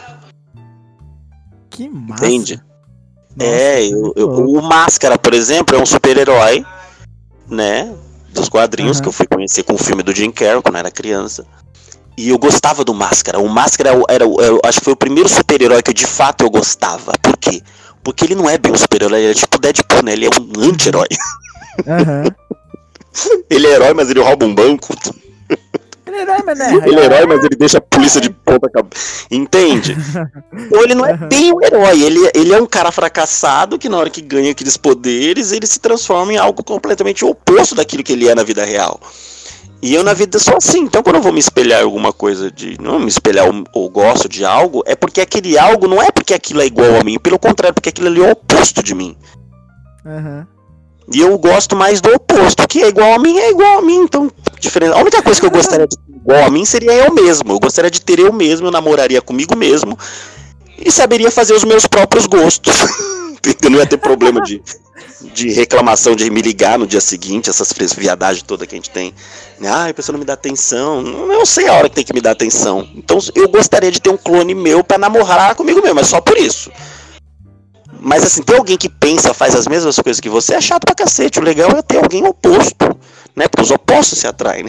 Que massa. Entende? Nossa, é, eu, eu, o Máscara, por exemplo, é um super-herói, né, dos quadrinhos, uhum. que eu fui conhecer com o filme do Jim Carrey quando era criança. E eu gostava do Máscara. O Máscara era, era, era, acho que foi o primeiro super-herói que de fato eu gostava. Por quê? Porque ele não é bem um super-herói, ele é tipo Deadpool, né, ele é um anti-herói. Aham. Uhum. Ele é herói, mas ele rouba um banco. Ele é herói, mas não é. Ele é herói, mas ele deixa a polícia de ponta cabeça. Entende? Então ele não é bem um herói. Ele, ele é um cara fracassado que na hora que ganha aqueles poderes, ele se transforma em algo completamente oposto daquilo que ele é na vida real. E eu na vida sou assim. Então quando eu vou me espelhar em alguma coisa de... Não me espelhar ou, ou gosto de algo, é porque aquele algo não é porque aquilo é igual a mim. Pelo contrário, porque aquilo ali é o oposto de mim. Aham. Uhum. E eu gosto mais do oposto, que é igual a mim, é igual a mim, então, diferente. A única coisa que eu gostaria de ser igual a mim seria eu mesmo, eu gostaria de ter eu mesmo, eu namoraria comigo mesmo, e saberia fazer os meus próprios gostos, eu não ia ter problema de, de reclamação, de me ligar no dia seguinte, essas viadagens todas que a gente tem, ah, a pessoa não me dá atenção, eu sei a hora que tem que me dar atenção, então eu gostaria de ter um clone meu pra namorar comigo mesmo, mas só por isso. Mas assim, ter alguém que pensa, faz as mesmas coisas que você é chato pra cacete. O legal é ter alguém oposto, né? Porque os opostos se atraem, né?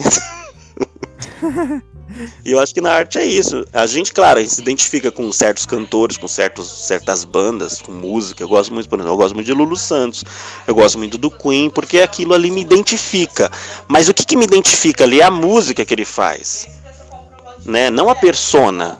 E eu acho que na arte é isso. A gente, claro, a gente se identifica com certos cantores, com certos, certas bandas, com música. Eu gosto muito, por exemplo, eu gosto muito de Lulu Santos. Eu gosto muito do Queen, porque aquilo ali me identifica. Mas o que, que me identifica ali é a música que ele faz, né? Não a persona.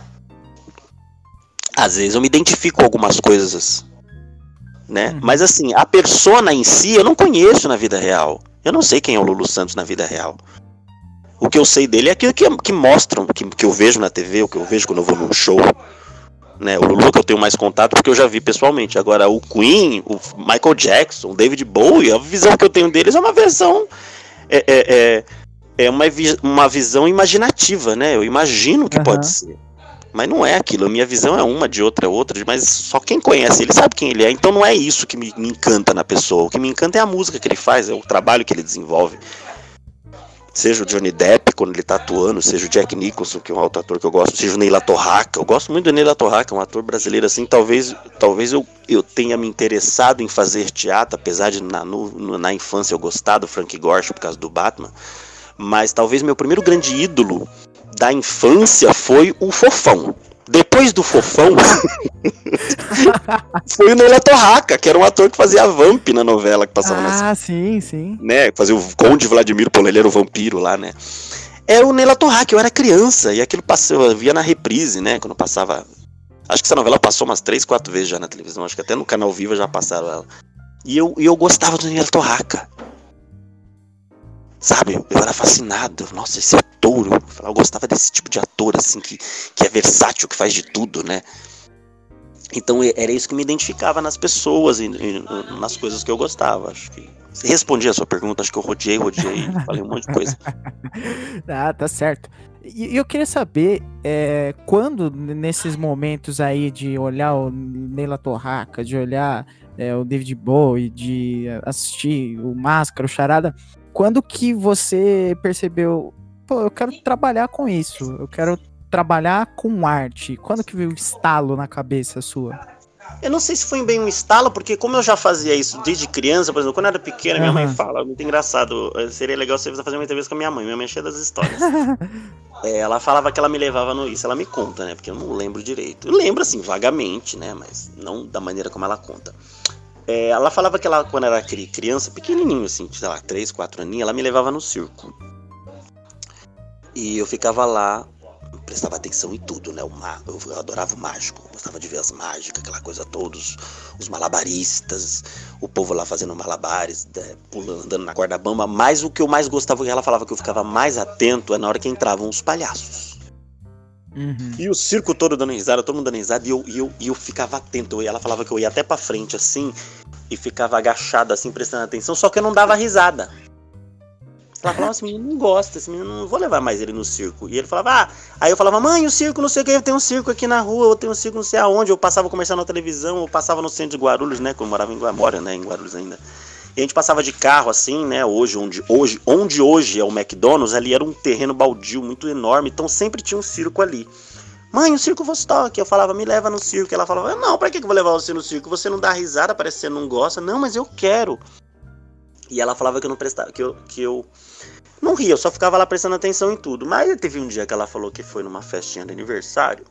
Às vezes eu me identifico com algumas coisas, né? Uhum. Mas assim, a persona em si eu não conheço na vida real. Eu não sei quem é o Lulu Santos na vida real. O que eu sei dele é aquilo que, que mostram, que, que eu vejo na T V, o que eu vejo quando eu vou num show, né? O Lulu que eu tenho mais contato porque eu já vi pessoalmente. Agora o Queen, o Michael Jackson, o David Bowie, a visão que eu tenho deles é uma versão é, é, é, é uma, vi, uma visão imaginativa, né? Eu imagino que uhum. pode ser. Mas não é aquilo, a minha visão é uma, de outra é outra, mas só quem conhece ele sabe quem ele é, então não é isso que me, me encanta na pessoa, o que me encanta é a música que ele faz, é o trabalho que ele desenvolve. Seja o Johnny Depp, quando ele tá atuando, seja o Jack Nicholson, que é um outro ator que eu gosto, seja o Neila Torraca. Eu gosto muito do Neila Torraca, um ator brasileiro assim. Talvez, talvez eu, eu tenha me interessado em fazer teatro, apesar de na, no, na infância eu gostar do Frank Gorshin por causa do Batman. Mas talvez meu primeiro grande ídolo da infância foi o Fofão. Depois do Fofão, foi o Neila Torraca, que era um ator que fazia a Vamp na novela que passava na... Ah, sim, sim. Né, fazia o Conde Vladimir, pô, ele era o vampiro lá, né? Era o Neila Torraca, eu era criança, e aquilo passou, eu via na reprise, né, quando passava... Acho que essa novela passou umas três, quatro vezes já na televisão, acho que até no Canal Viva já passaram ela. E eu, e eu gostava do Neila Torraca. Sabe, eu era fascinado, nossa, esse ator, eu, eu gostava desse tipo de ator, assim, que, que é versátil, que faz de tudo, né? Então era isso que me identificava nas pessoas e, e nas coisas que eu gostava, acho que... Respondi a sua pergunta, acho que eu rodeei, rodeei, falei um monte de coisa. Ah, tá certo. E eu queria saber, é, quando nesses momentos aí de olhar o Neila Torraca, de olhar é, o David Bowie, de assistir o Máscara, o Charada... Quando que você percebeu, pô, eu quero trabalhar com isso, eu quero trabalhar com arte? Quando que veio o estalo na cabeça sua? Eu não sei se foi bem um estalo, porque como eu já fazia isso desde criança, por exemplo, quando eu era pequena, minha Uhum. mãe fala, muito engraçado, seria legal você fazer uma entrevista com a minha mãe, minha mãe é cheia das histórias. É, ela falava que ela me levava no... Isso ela me conta, né, porque eu não lembro direito. Eu lembro, assim, vagamente, né, mas não da maneira como ela conta. É, ela falava que ela, quando era criança, pequenininho, assim, sei lá, três, quatro aninhos, ela me levava no circo. E eu ficava lá, prestava atenção em tudo, né? Eu adorava o mágico, gostava de ver as mágicas, aquela coisa toda, os, os malabaristas, o povo lá fazendo malabares, né, pulando, andando na corda bamba. Mas o que eu mais gostava, que ela falava que eu ficava mais atento, é na hora que entravam os palhaços. Uhum. E o circo todo dando risada, todo mundo dando risada, e eu, e eu, e eu ficava atento. Ela falava que eu ia até pra frente, assim, e ficava agachado, assim, prestando atenção, só que eu não dava risada. Ela falava, esse menino não gosta, esse menino não vou levar mais ele no circo. E ele falava, ah, aí eu falava, mãe, o circo, não sei o que, eu tenho um circo aqui na rua, eu tenho um circo não sei aonde, eu passava comercial na televisão, eu passava no centro de Guarulhos, né, que eu morava em Guarulhos, né, em Guarulhos ainda. E a gente passava de carro assim, né, hoje onde, hoje, onde hoje é o McDonald's, ali era um terreno baldio muito enorme, então sempre tinha um circo ali. Mãe, o circo Vostok, eu falava, me leva no circo, ela falava, não, pra que eu vou levar você no circo, você não dá risada, parece que você não gosta, não, mas eu quero. E ela falava que eu não prestava, que eu, que eu não ria, eu só ficava lá prestando atenção em tudo. Mas teve um dia que ela falou que foi numa festinha de aniversário,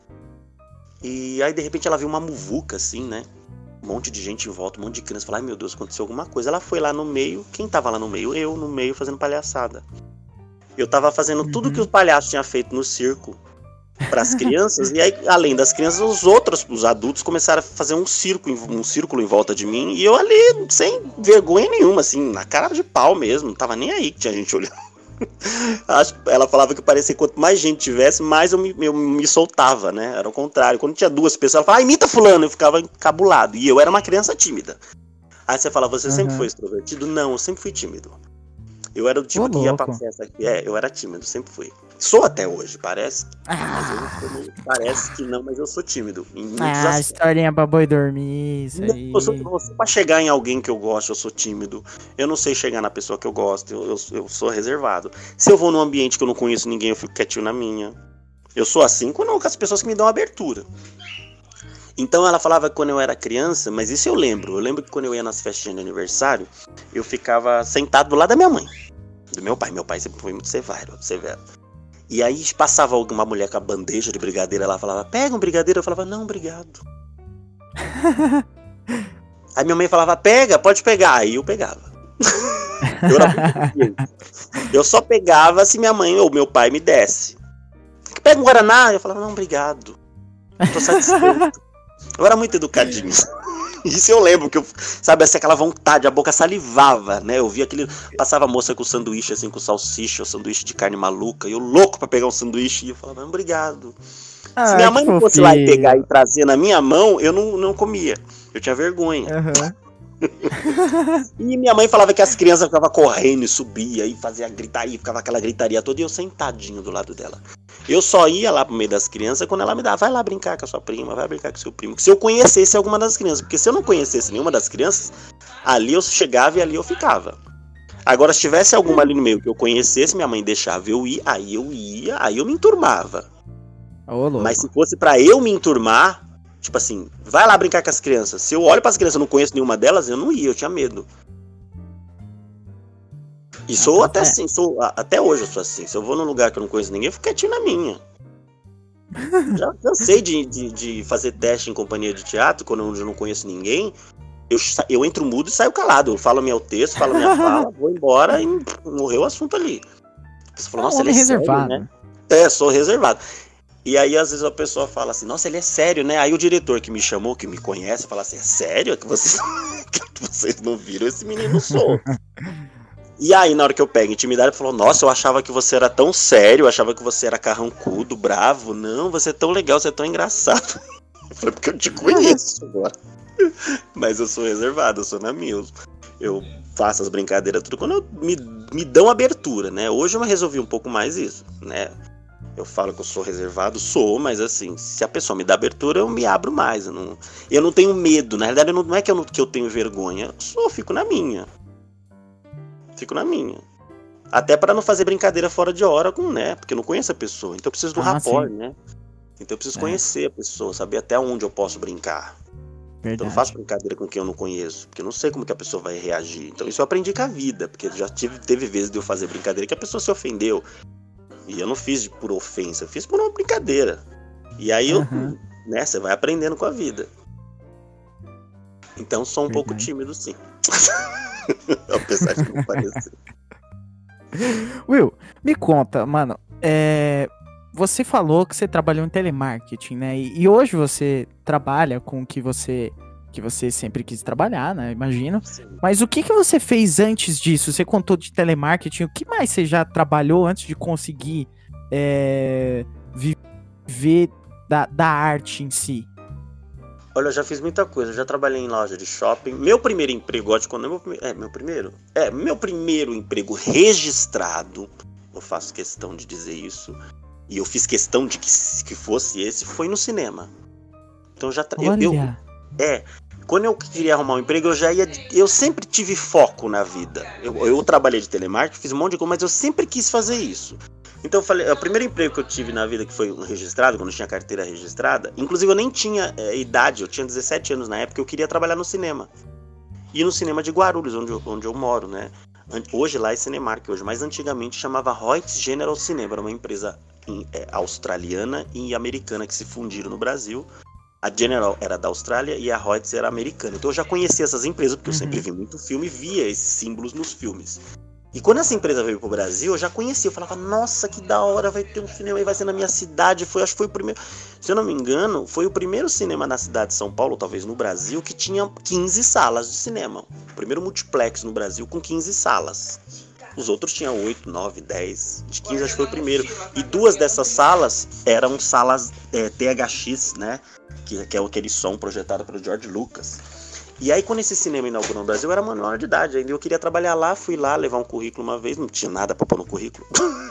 e aí de repente ela viu uma muvuca assim, né, um monte de gente em volta, um monte de criança, falou, ai meu Deus, aconteceu alguma coisa. Ela foi lá no meio, quem tava lá no meio? Eu, no meio, fazendo palhaçada. Eu tava fazendo uhum. tudo que os palhaços tinham feito no circo para as crianças, e aí, além das crianças, os outros, os adultos, começaram a fazer um circo, um círculo em volta de mim, e eu ali, sem vergonha nenhuma, assim, na cara de pau mesmo, não tava nem aí que tinha gente olhando. Ela falava que parecia que quanto mais gente tivesse, mais eu me, eu me soltava, né? Era o contrário. Quando tinha duas pessoas, ela falava, ah, imita fulano, eu ficava encabulado. E eu era uma criança tímida. Aí você fala, você uhum. sempre foi extrovertido? Não, eu sempre fui tímido. Eu era do tipo Ô, que ia pra festa aqui. É, eu era tímido, sempre fui. Sou até hoje, parece. Ah. Mas eu, parece que não, mas eu sou tímido. Em ah, aspectos. Historinha pra boi dormir, isso aí. Eu sou, eu sou, pra chegar em alguém que eu gosto, eu sou tímido. Eu não sei chegar na pessoa que eu gosto, eu, eu, eu sou reservado. Se eu vou num ambiente que eu não conheço ninguém, eu fico quietinho na minha. Eu sou assim com as pessoas que me dão abertura. Então ela falava que quando eu era criança, mas isso eu lembro. Eu lembro que quando eu ia nas festinhas de aniversário, eu ficava sentado do lado da minha mãe. Do meu pai. Meu pai sempre foi muito severo. severo. E aí passava alguma mulher com a bandeja de brigadeiro, ela falava, pega um brigadeiro. Eu falava, não, obrigado. Aí minha mãe falava, pega, pode pegar. Aí eu pegava. eu, era muito eu só pegava se minha mãe ou meu pai me desse. Pega um Guaraná. Eu falava, não, obrigado. Tô satisfeito. Eu era muito educadinho. Isso eu lembro, que eu, sabe, assim, aquela vontade, a boca salivava, né? Eu via aquele, passava a moça com sanduíche, assim, com salsicha, o sanduíche de carne maluca, e eu louco pra pegar um sanduíche, e eu falava, obrigado. Ah, se minha mãe não fosse lá e pegar e trazer na minha mão, eu não, não comia. Eu tinha vergonha. Uhum. E minha mãe falava que as crianças ficavam correndo e subia e fazia gritaria, ficava aquela gritaria toda, e eu sentadinho do lado dela. Eu só ia lá pro meio das crianças quando ela me dava, vai lá brincar com a sua prima, vai brincar com o seu primo. Se eu conhecesse alguma das crianças, porque se eu não conhecesse nenhuma das crianças, ali eu chegava e ali eu ficava. Agora, se tivesse alguma ali no meio que eu conhecesse, minha mãe deixava eu ir, aí eu ia, aí eu me enturmava. Ô, louco. Mas se fosse pra eu me enturmar, tipo assim, vai lá brincar com as crianças. Se eu olho pras crianças e não conheço nenhuma delas, eu não ia, eu tinha medo. E sou até assim, sou, até hoje eu sou assim. Se eu vou num lugar que eu não conheço ninguém, eu fico quietinho na minha. Já cansei de, de, de fazer teste em companhia de teatro, quando eu não conheço ninguém. Eu, eu entro mudo e saio calado. Eu falo meu texto, falo minha fala, vou embora e morreu o assunto ali. Você falou, nossa, ele é reservado, sério, né? É, sou reservado. E aí, às vezes, a pessoa fala assim, nossa, ele é sério, né? Aí o diretor que me chamou, que me conhece, fala assim, é sério? É que vocês, que vocês não viram esse menino solto. E aí, na hora que eu pego intimidade, ele falou, nossa, eu achava que você era tão sério, eu achava que você era carrancudo, bravo. Não, você é tão legal, você é tão engraçado. Eu falei, porque eu te conheço agora. Mas eu sou reservado, eu sou na minha. Eu, eu faço as brincadeiras tudo quando eu, me, me dão abertura, né? Hoje eu resolvi um pouco mais isso, né? Eu falo que eu sou reservado, sou, mas assim, se a pessoa me dá abertura, eu me abro mais. Eu não, eu não tenho medo, na realidade não, não é que eu, não, que eu tenho vergonha, eu só fico na minha. Fico na minha. Até para não fazer brincadeira fora de hora com, né? Porque eu não conheço a pessoa. Então eu preciso do ah, rapport, sim. né? Então eu preciso é. conhecer a pessoa, saber até onde eu posso brincar. Verdade. Então eu não faço brincadeira com quem eu não conheço, porque eu não sei como que a pessoa vai reagir. Então isso eu aprendi com a vida, porque já tive, teve vezes de eu fazer brincadeira que a pessoa se ofendeu. E eu não fiz por ofensa, eu fiz por uma brincadeira. E aí eu, uhum. né, você vai aprendendo com a vida. Então sou um Verdade. pouco tímido, sim. Apesar de não parecer. Will, me conta, mano. É, você falou que você trabalhou em telemarketing, né? E, e hoje você trabalha com o que você, que você sempre quis trabalhar, né? Imagino. Sim. Mas o que, que você fez antes disso? Você contou de telemarketing. O que mais você já trabalhou antes de conseguir é, viver da, da arte em si? Olha, eu já fiz muita coisa, eu já trabalhei em loja de shopping. Meu primeiro emprego, acho que quando é meu, é meu primeiro? É, meu primeiro emprego registrado, eu faço questão de dizer isso, e eu fiz questão de que, que fosse esse, foi no cinema. Então já tra... Olha. Eu, eu, é, quando eu queria arrumar um emprego, eu já ia, eu sempre tive foco na vida. Eu, eu trabalhei de telemarketing, fiz um monte de coisa, mas eu sempre quis fazer isso. Então eu falei, o primeiro emprego que eu tive na vida, que foi um registrado, quando eu tinha carteira registrada, inclusive eu nem tinha é, idade, eu tinha dezessete anos na época, eu queria trabalhar no cinema. E no cinema de Guarulhos, onde eu, onde eu moro, né? Hoje lá é Cinemark, hoje, mas antigamente chamava Reuters General Cinema, era uma empresa em, é, australiana e americana que se fundiram no Brasil. A General era da Austrália e a Reuters era americana. Então eu já conhecia essas empresas, porque eu sempre vi muito filme e via esses símbolos nos filmes. E quando essa empresa veio pro Brasil, eu já conhecia. Eu falava, nossa, que da hora, vai ter um cinema e vai ser na minha cidade. Foi, acho que foi o primeiro, se eu não me engano, foi o primeiro cinema na cidade de São Paulo, talvez no Brasil, que tinha quinze salas de cinema. O primeiro multiplex no Brasil com quinze salas. Os outros tinham oito, nove, dez. De quinze acho que foi o primeiro. E duas dessas salas eram salas é, T H X, né? Que, que é aquele som projetado pelo George Lucas. E aí, quando esse cinema inaugurou no Brasil, eu era menor de idade ainda. Eu queria trabalhar lá, fui lá levar um currículo uma vez, não tinha nada pra pôr no currículo.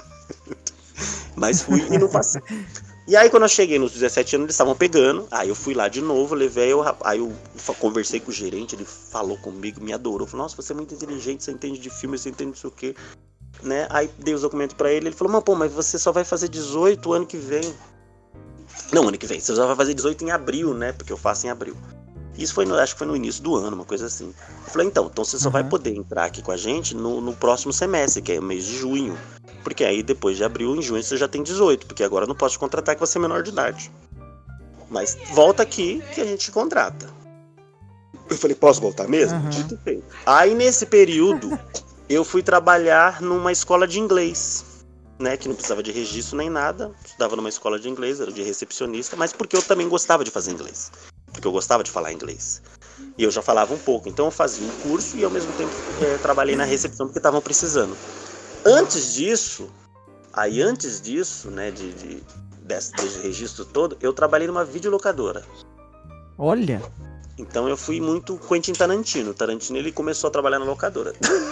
Mas fui e não passei. E aí, quando eu cheguei nos dezessete anos, eles estavam pegando. Aí eu fui lá de novo, levei, eu, aí eu conversei com o gerente, ele falou comigo, me adorou. Falou, nossa, você é muito inteligente, você entende de filme, você entende não sei o quê. Né? Aí dei os documentos pra ele, ele falou, mas pô, mas você só vai fazer dezoito ano que vem. Não, ano que vem, você só vai fazer dezoito em abril, né? Porque eu faço em abril. Isso foi, no, acho que foi no início do ano, uma coisa assim. Eu falei, então, então você só uhum. vai poder entrar aqui com a gente no, no próximo semestre, que é o mês de junho. Porque aí depois de abril, em junho, você já tem dezoito. Porque agora eu não posso te contratar que você é menor de idade. Mas volta aqui que a gente te contrata. Eu falei, posso voltar mesmo? Uhum. Dito e feito. Aí nesse período, eu fui trabalhar numa escola de inglês. Né, que não precisava de registro nem nada. Estudava numa escola de inglês, era de recepcionista. Mas porque eu também gostava de fazer inglês. Porque eu gostava de falar inglês. E eu já falava um pouco. Então eu fazia um curso e ao mesmo tempo é, trabalhei na recepção porque estavam precisando. Antes disso, aí antes disso, né, de, de, desse, desse registro todo, eu trabalhei numa videolocadora. Olha! Então eu fui muito Quentin Tarantino. Tarantino, ele começou a trabalhar na locadora.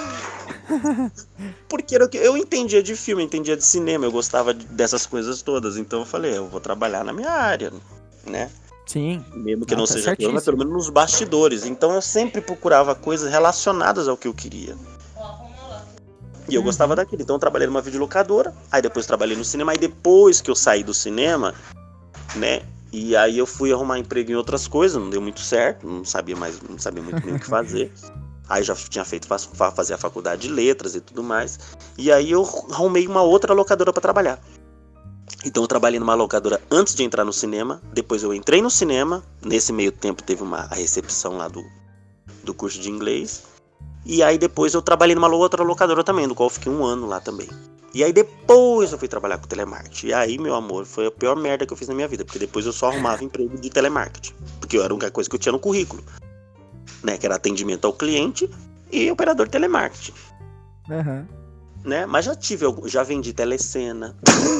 Porque eu, eu entendia de filme, entendia de cinema, eu gostava dessas coisas todas. Então eu falei, eu vou trabalhar na minha área, né? Sim. Mesmo que ah, não tá seja ator, mas pelo menos nos bastidores. Então eu sempre procurava coisas relacionadas ao que eu queria. E eu uhum. gostava daquilo. Então eu trabalhei numa videolocadora, aí depois trabalhei no cinema, aí depois que eu saí do cinema, né? E aí eu fui arrumar emprego em outras coisas, não deu muito certo, não sabia mais, não sabia muito bem o que fazer. Aí já tinha feito fazer a faculdade de letras e tudo mais. E aí eu arrumei uma outra locadora para trabalhar. Então eu trabalhei numa locadora antes de entrar no cinema, depois eu entrei no cinema, nesse meio tempo teve uma a recepção lá do, do curso de inglês. E aí depois eu trabalhei numa outra locadora também, do qual eu fiquei um ano lá também. E aí depois eu fui trabalhar com telemarketing. E aí, meu amor, foi a pior merda que eu fiz na minha vida, porque depois eu só arrumava emprego de telemarketing. Porque era a única coisa que eu tinha no currículo, né? Que era atendimento ao cliente e operador de telemarketing. Uhum. Né? Mas já tive, eu já vendi telecena,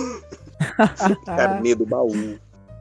carnê do baú,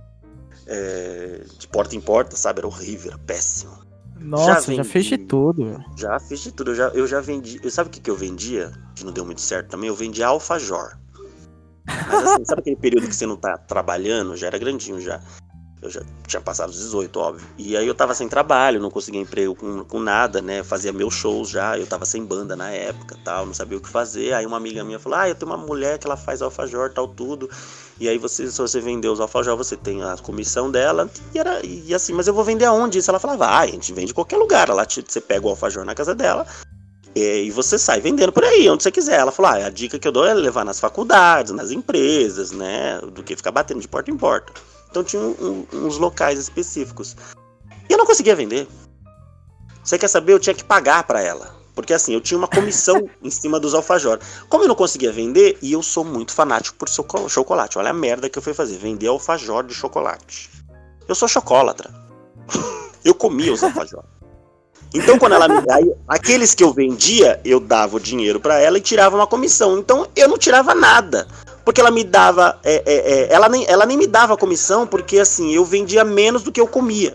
é, de porta em porta, sabe? Era horrível, era péssimo. Nossa, já, vendi, já fez de tudo. Já fiz de tudo. Eu já, eu já vendi. Eu, sabe o que, que eu vendia? Que não deu muito certo também? Eu vendia alfajor. Mas assim, sabe aquele período que você não tá trabalhando? Já era grandinho já. Eu já tinha passado os dezoito, óbvio. E aí eu tava sem trabalho, não conseguia emprego com, com nada, né? Fazia meus shows já, eu tava sem banda na época, tal, não sabia o que fazer. Aí uma amiga minha falou, ah, eu tenho uma mulher que ela faz alfajor, tal, tudo. E aí você, se você vender os alfajor, você tem a comissão dela. E era e assim, mas eu vou vender aonde? Isso ela falava, ah, a gente vende em qualquer lugar. Ela te, você pega o alfajor na casa dela e, e você sai vendendo por aí, onde você quiser. Ela falou, ah, a dica que eu dou é levar nas faculdades, nas empresas, né? Do que ficar batendo de porta em porta. Então tinha um, um, uns locais específicos. E eu não conseguia vender. Você quer saber? Eu tinha que pagar pra ela. Porque assim, eu tinha uma comissão em cima dos alfajor. Como eu não conseguia vender, e eu sou muito fanático por chocolate. Olha a merda que eu fui fazer. Vender alfajor de chocolate. Eu sou chocolatra. Eu comia os alfajor. Então quando ela me dava, aqueles que eu vendia, eu dava o dinheiro pra ela e tirava uma comissão. Então eu não tirava nada. Porque ela me dava, é, é, é, ela, nem, ela nem me dava comissão, porque assim, eu vendia menos do que eu comia.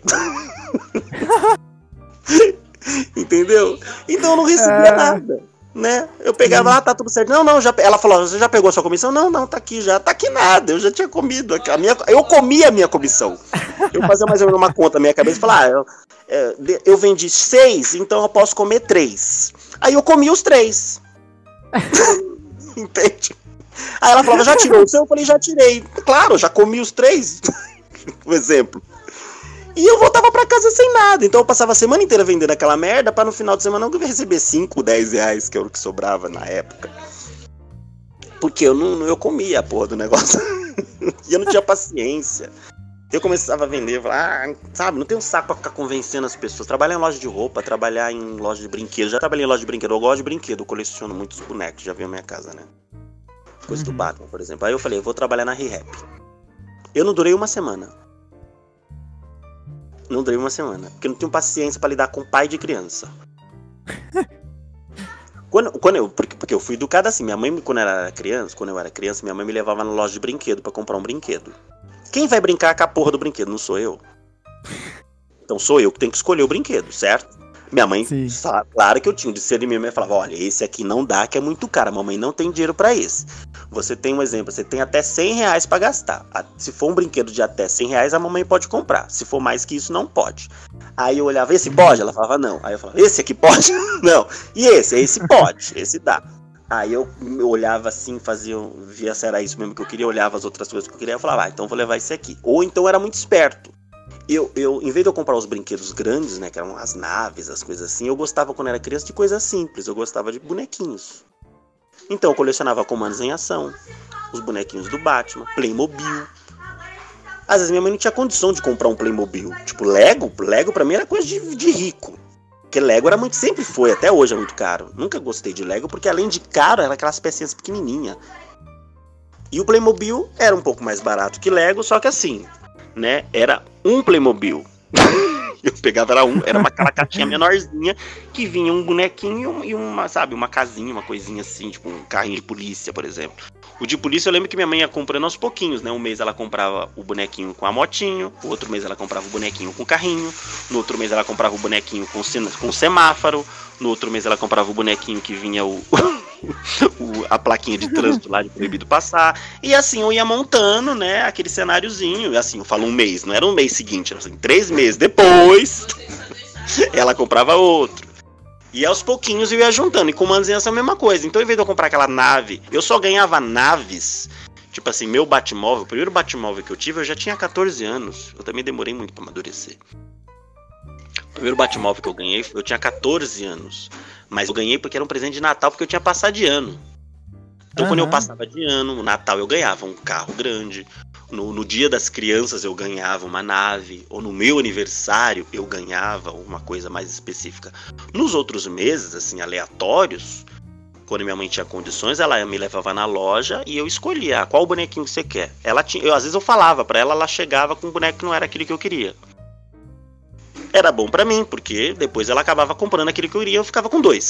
Entendeu? Então eu não recebia é... nada, né? Eu pegava, ah, tá tudo certo. Não, não, já, ela falou, você já pegou a sua comissão? Não, não, tá aqui já, tá aqui nada, eu já tinha comido. A minha, eu comia a minha comissão. Eu fazia mais ou menos uma conta na minha cabeça e falava, ah, eu, eu vendi seis, então eu posso comer três. Aí eu comia os três. Entende? Aí ela falava, já tirou o seu? Eu falei, já tirei. Claro, já comi os três. Por exemplo. E eu voltava pra casa sem nada. Então eu passava a semana inteira vendendo aquela merda pra no final de semana eu receber cinco, dez reais, que era o que sobrava na época. Porque eu não eu comia a porra do negócio. E eu não tinha paciência. Eu começava a vender, falar, ah, sabe, não tem um saco pra ficar convencendo as pessoas. Trabalhar em loja de roupa, trabalhar em loja de brinquedo. Já trabalhei em loja de brinquedo, eu gosto de brinquedo, eu coleciono muitos bonecos, já viu a minha casa, né? Coisa uhum. do Batman, por exemplo. Aí eu falei, eu vou trabalhar na ReHap. Eu não durei uma semana. Não durei uma semana. Porque eu não tenho paciência pra lidar com pai de criança. quando, quando eu, porque, porque eu fui educado assim. Minha mãe, quando eu era criança, quando eu era criança, minha mãe me levava na loja de brinquedo pra comprar um brinquedo. Quem vai brincar com a porra do brinquedo? Não sou eu. Então sou eu que tenho que escolher o brinquedo, certo? Minha mãe, sabe, claro que eu tinha um discernimento, minha mãe falava, olha, esse aqui não dá, que é muito caro, a mamãe não tem dinheiro pra esse. Você tem um exemplo, você tem até cem reais pra gastar. Se for um brinquedo de até cem reais, a mamãe pode comprar. Se for mais que isso, não pode. Aí eu olhava, esse pode? Ela falava, não. Aí eu falava, esse aqui pode? Não. E esse? Esse pode, esse dá. Aí eu, eu olhava assim, fazia, via se era isso mesmo que eu queria, olhava as outras coisas que eu queria, eu falava, ah, então vou levar esse aqui. Ou então eu era muito esperto. Eu, eu, em vez de eu comprar os brinquedos grandes, né, que eram as naves, as coisas assim, eu gostava, quando era criança, de coisas simples. Eu gostava de bonequinhos. Então eu colecionava Comandos em Ação, os bonequinhos do Batman, Playmobil. Às vezes minha mãe não tinha condição de comprar um Playmobil. Tipo, Lego, Lego pra mim era coisa de, de rico. Porque Lego era muito, sempre foi, até hoje é muito caro. Nunca gostei de Lego, porque além de caro, era aquelas pecinhas pequenininhas. E o Playmobil era um pouco mais barato que Lego, só que assim, né, era um Playmobil. Eu pegava, era, um, era uma aquela caixinha menorzinha que vinha um bonequinho e uma, sabe, uma casinha, uma coisinha assim, tipo um carrinho de polícia, por exemplo. O de polícia eu lembro que minha mãe ia comprando aos pouquinhos, né? Um mês ela comprava o bonequinho com a motinho, o outro mês ela comprava o bonequinho com o carrinho, no outro mês ela comprava o bonequinho com, com semáforo, no outro mês ela comprava o bonequinho que vinha o, o, a plaquinha de trânsito lá de proibido passar, e assim eu ia montando, né, aquele cenáriozinho, e assim, eu falo um mês, não era um mês seguinte, era assim, três meses depois, ela comprava outro. E aos pouquinhos eu ia juntando. E Comandos em Ação é a mesma coisa. Então, em vez de eu comprar aquela nave, eu só ganhava naves. Tipo assim, meu Batmóvel, o primeiro Batmóvel que eu tive, eu já tinha catorze anos. Eu também demorei muito pra amadurecer. O primeiro Batmóvel que eu ganhei, eu tinha catorze anos. Mas eu ganhei porque era um presente de Natal, porque eu tinha passado de ano. Então, uhum. quando eu passava de ano, no Natal eu ganhava um carro grande. No, no dia das crianças eu ganhava uma nave, ou no meu aniversário eu ganhava uma coisa mais específica. Nos outros meses, assim, aleatórios, quando minha mãe tinha condições, ela me levava na loja e eu escolhia ah, qual bonequinho que você quer. Ela tinha, eu, às vezes eu falava pra ela, ela chegava com um boneco que não era aquele que eu queria. Era bom pra mim, porque depois ela acabava comprando aquilo que eu queria e eu ficava com dois.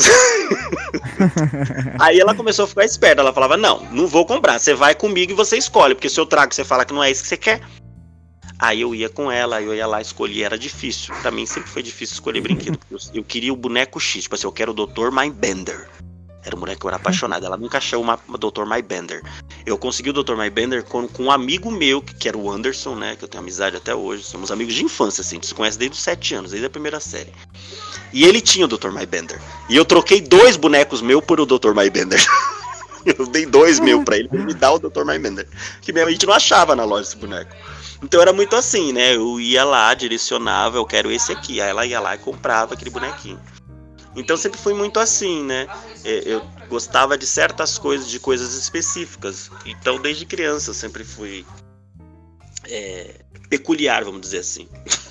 Aí ela começou a ficar esperta, ela falava, não, não vou comprar, você vai comigo e você escolhe, porque se eu trago você fala que não é isso que você quer. Aí eu ia com ela, eu ia lá escolher, era difícil, pra mim sempre foi difícil escolher brinquedo, eu, eu queria o boneco X, tipo assim, eu quero o doutor Mindbender. Era um boneco que eu era apaixonado, ela nunca achou uma, uma doutor Mindbender. Eu consegui o doutor Mindbender com, com um amigo meu, que, que era o Anderson, né, que eu tenho amizade até hoje, somos amigos de infância, assim, a gente se conhece desde os sete anos, desde a primeira série. E ele tinha o doutor Mindbender. E eu troquei dois bonecos meus por o doutor Mindbender. Eu dei dois meus pra ele, pra ele me dar o doutor Mindbender. Que minha gente não achava na loja esse boneco. Então era muito assim, né, eu ia lá, direcionava, eu quero esse aqui. Aí ela ia lá e comprava aquele bonequinho. Então sempre foi muito assim, né? Eu gostava de certas coisas, de coisas específicas. Então desde criança eu sempre fui é, peculiar, vamos dizer assim.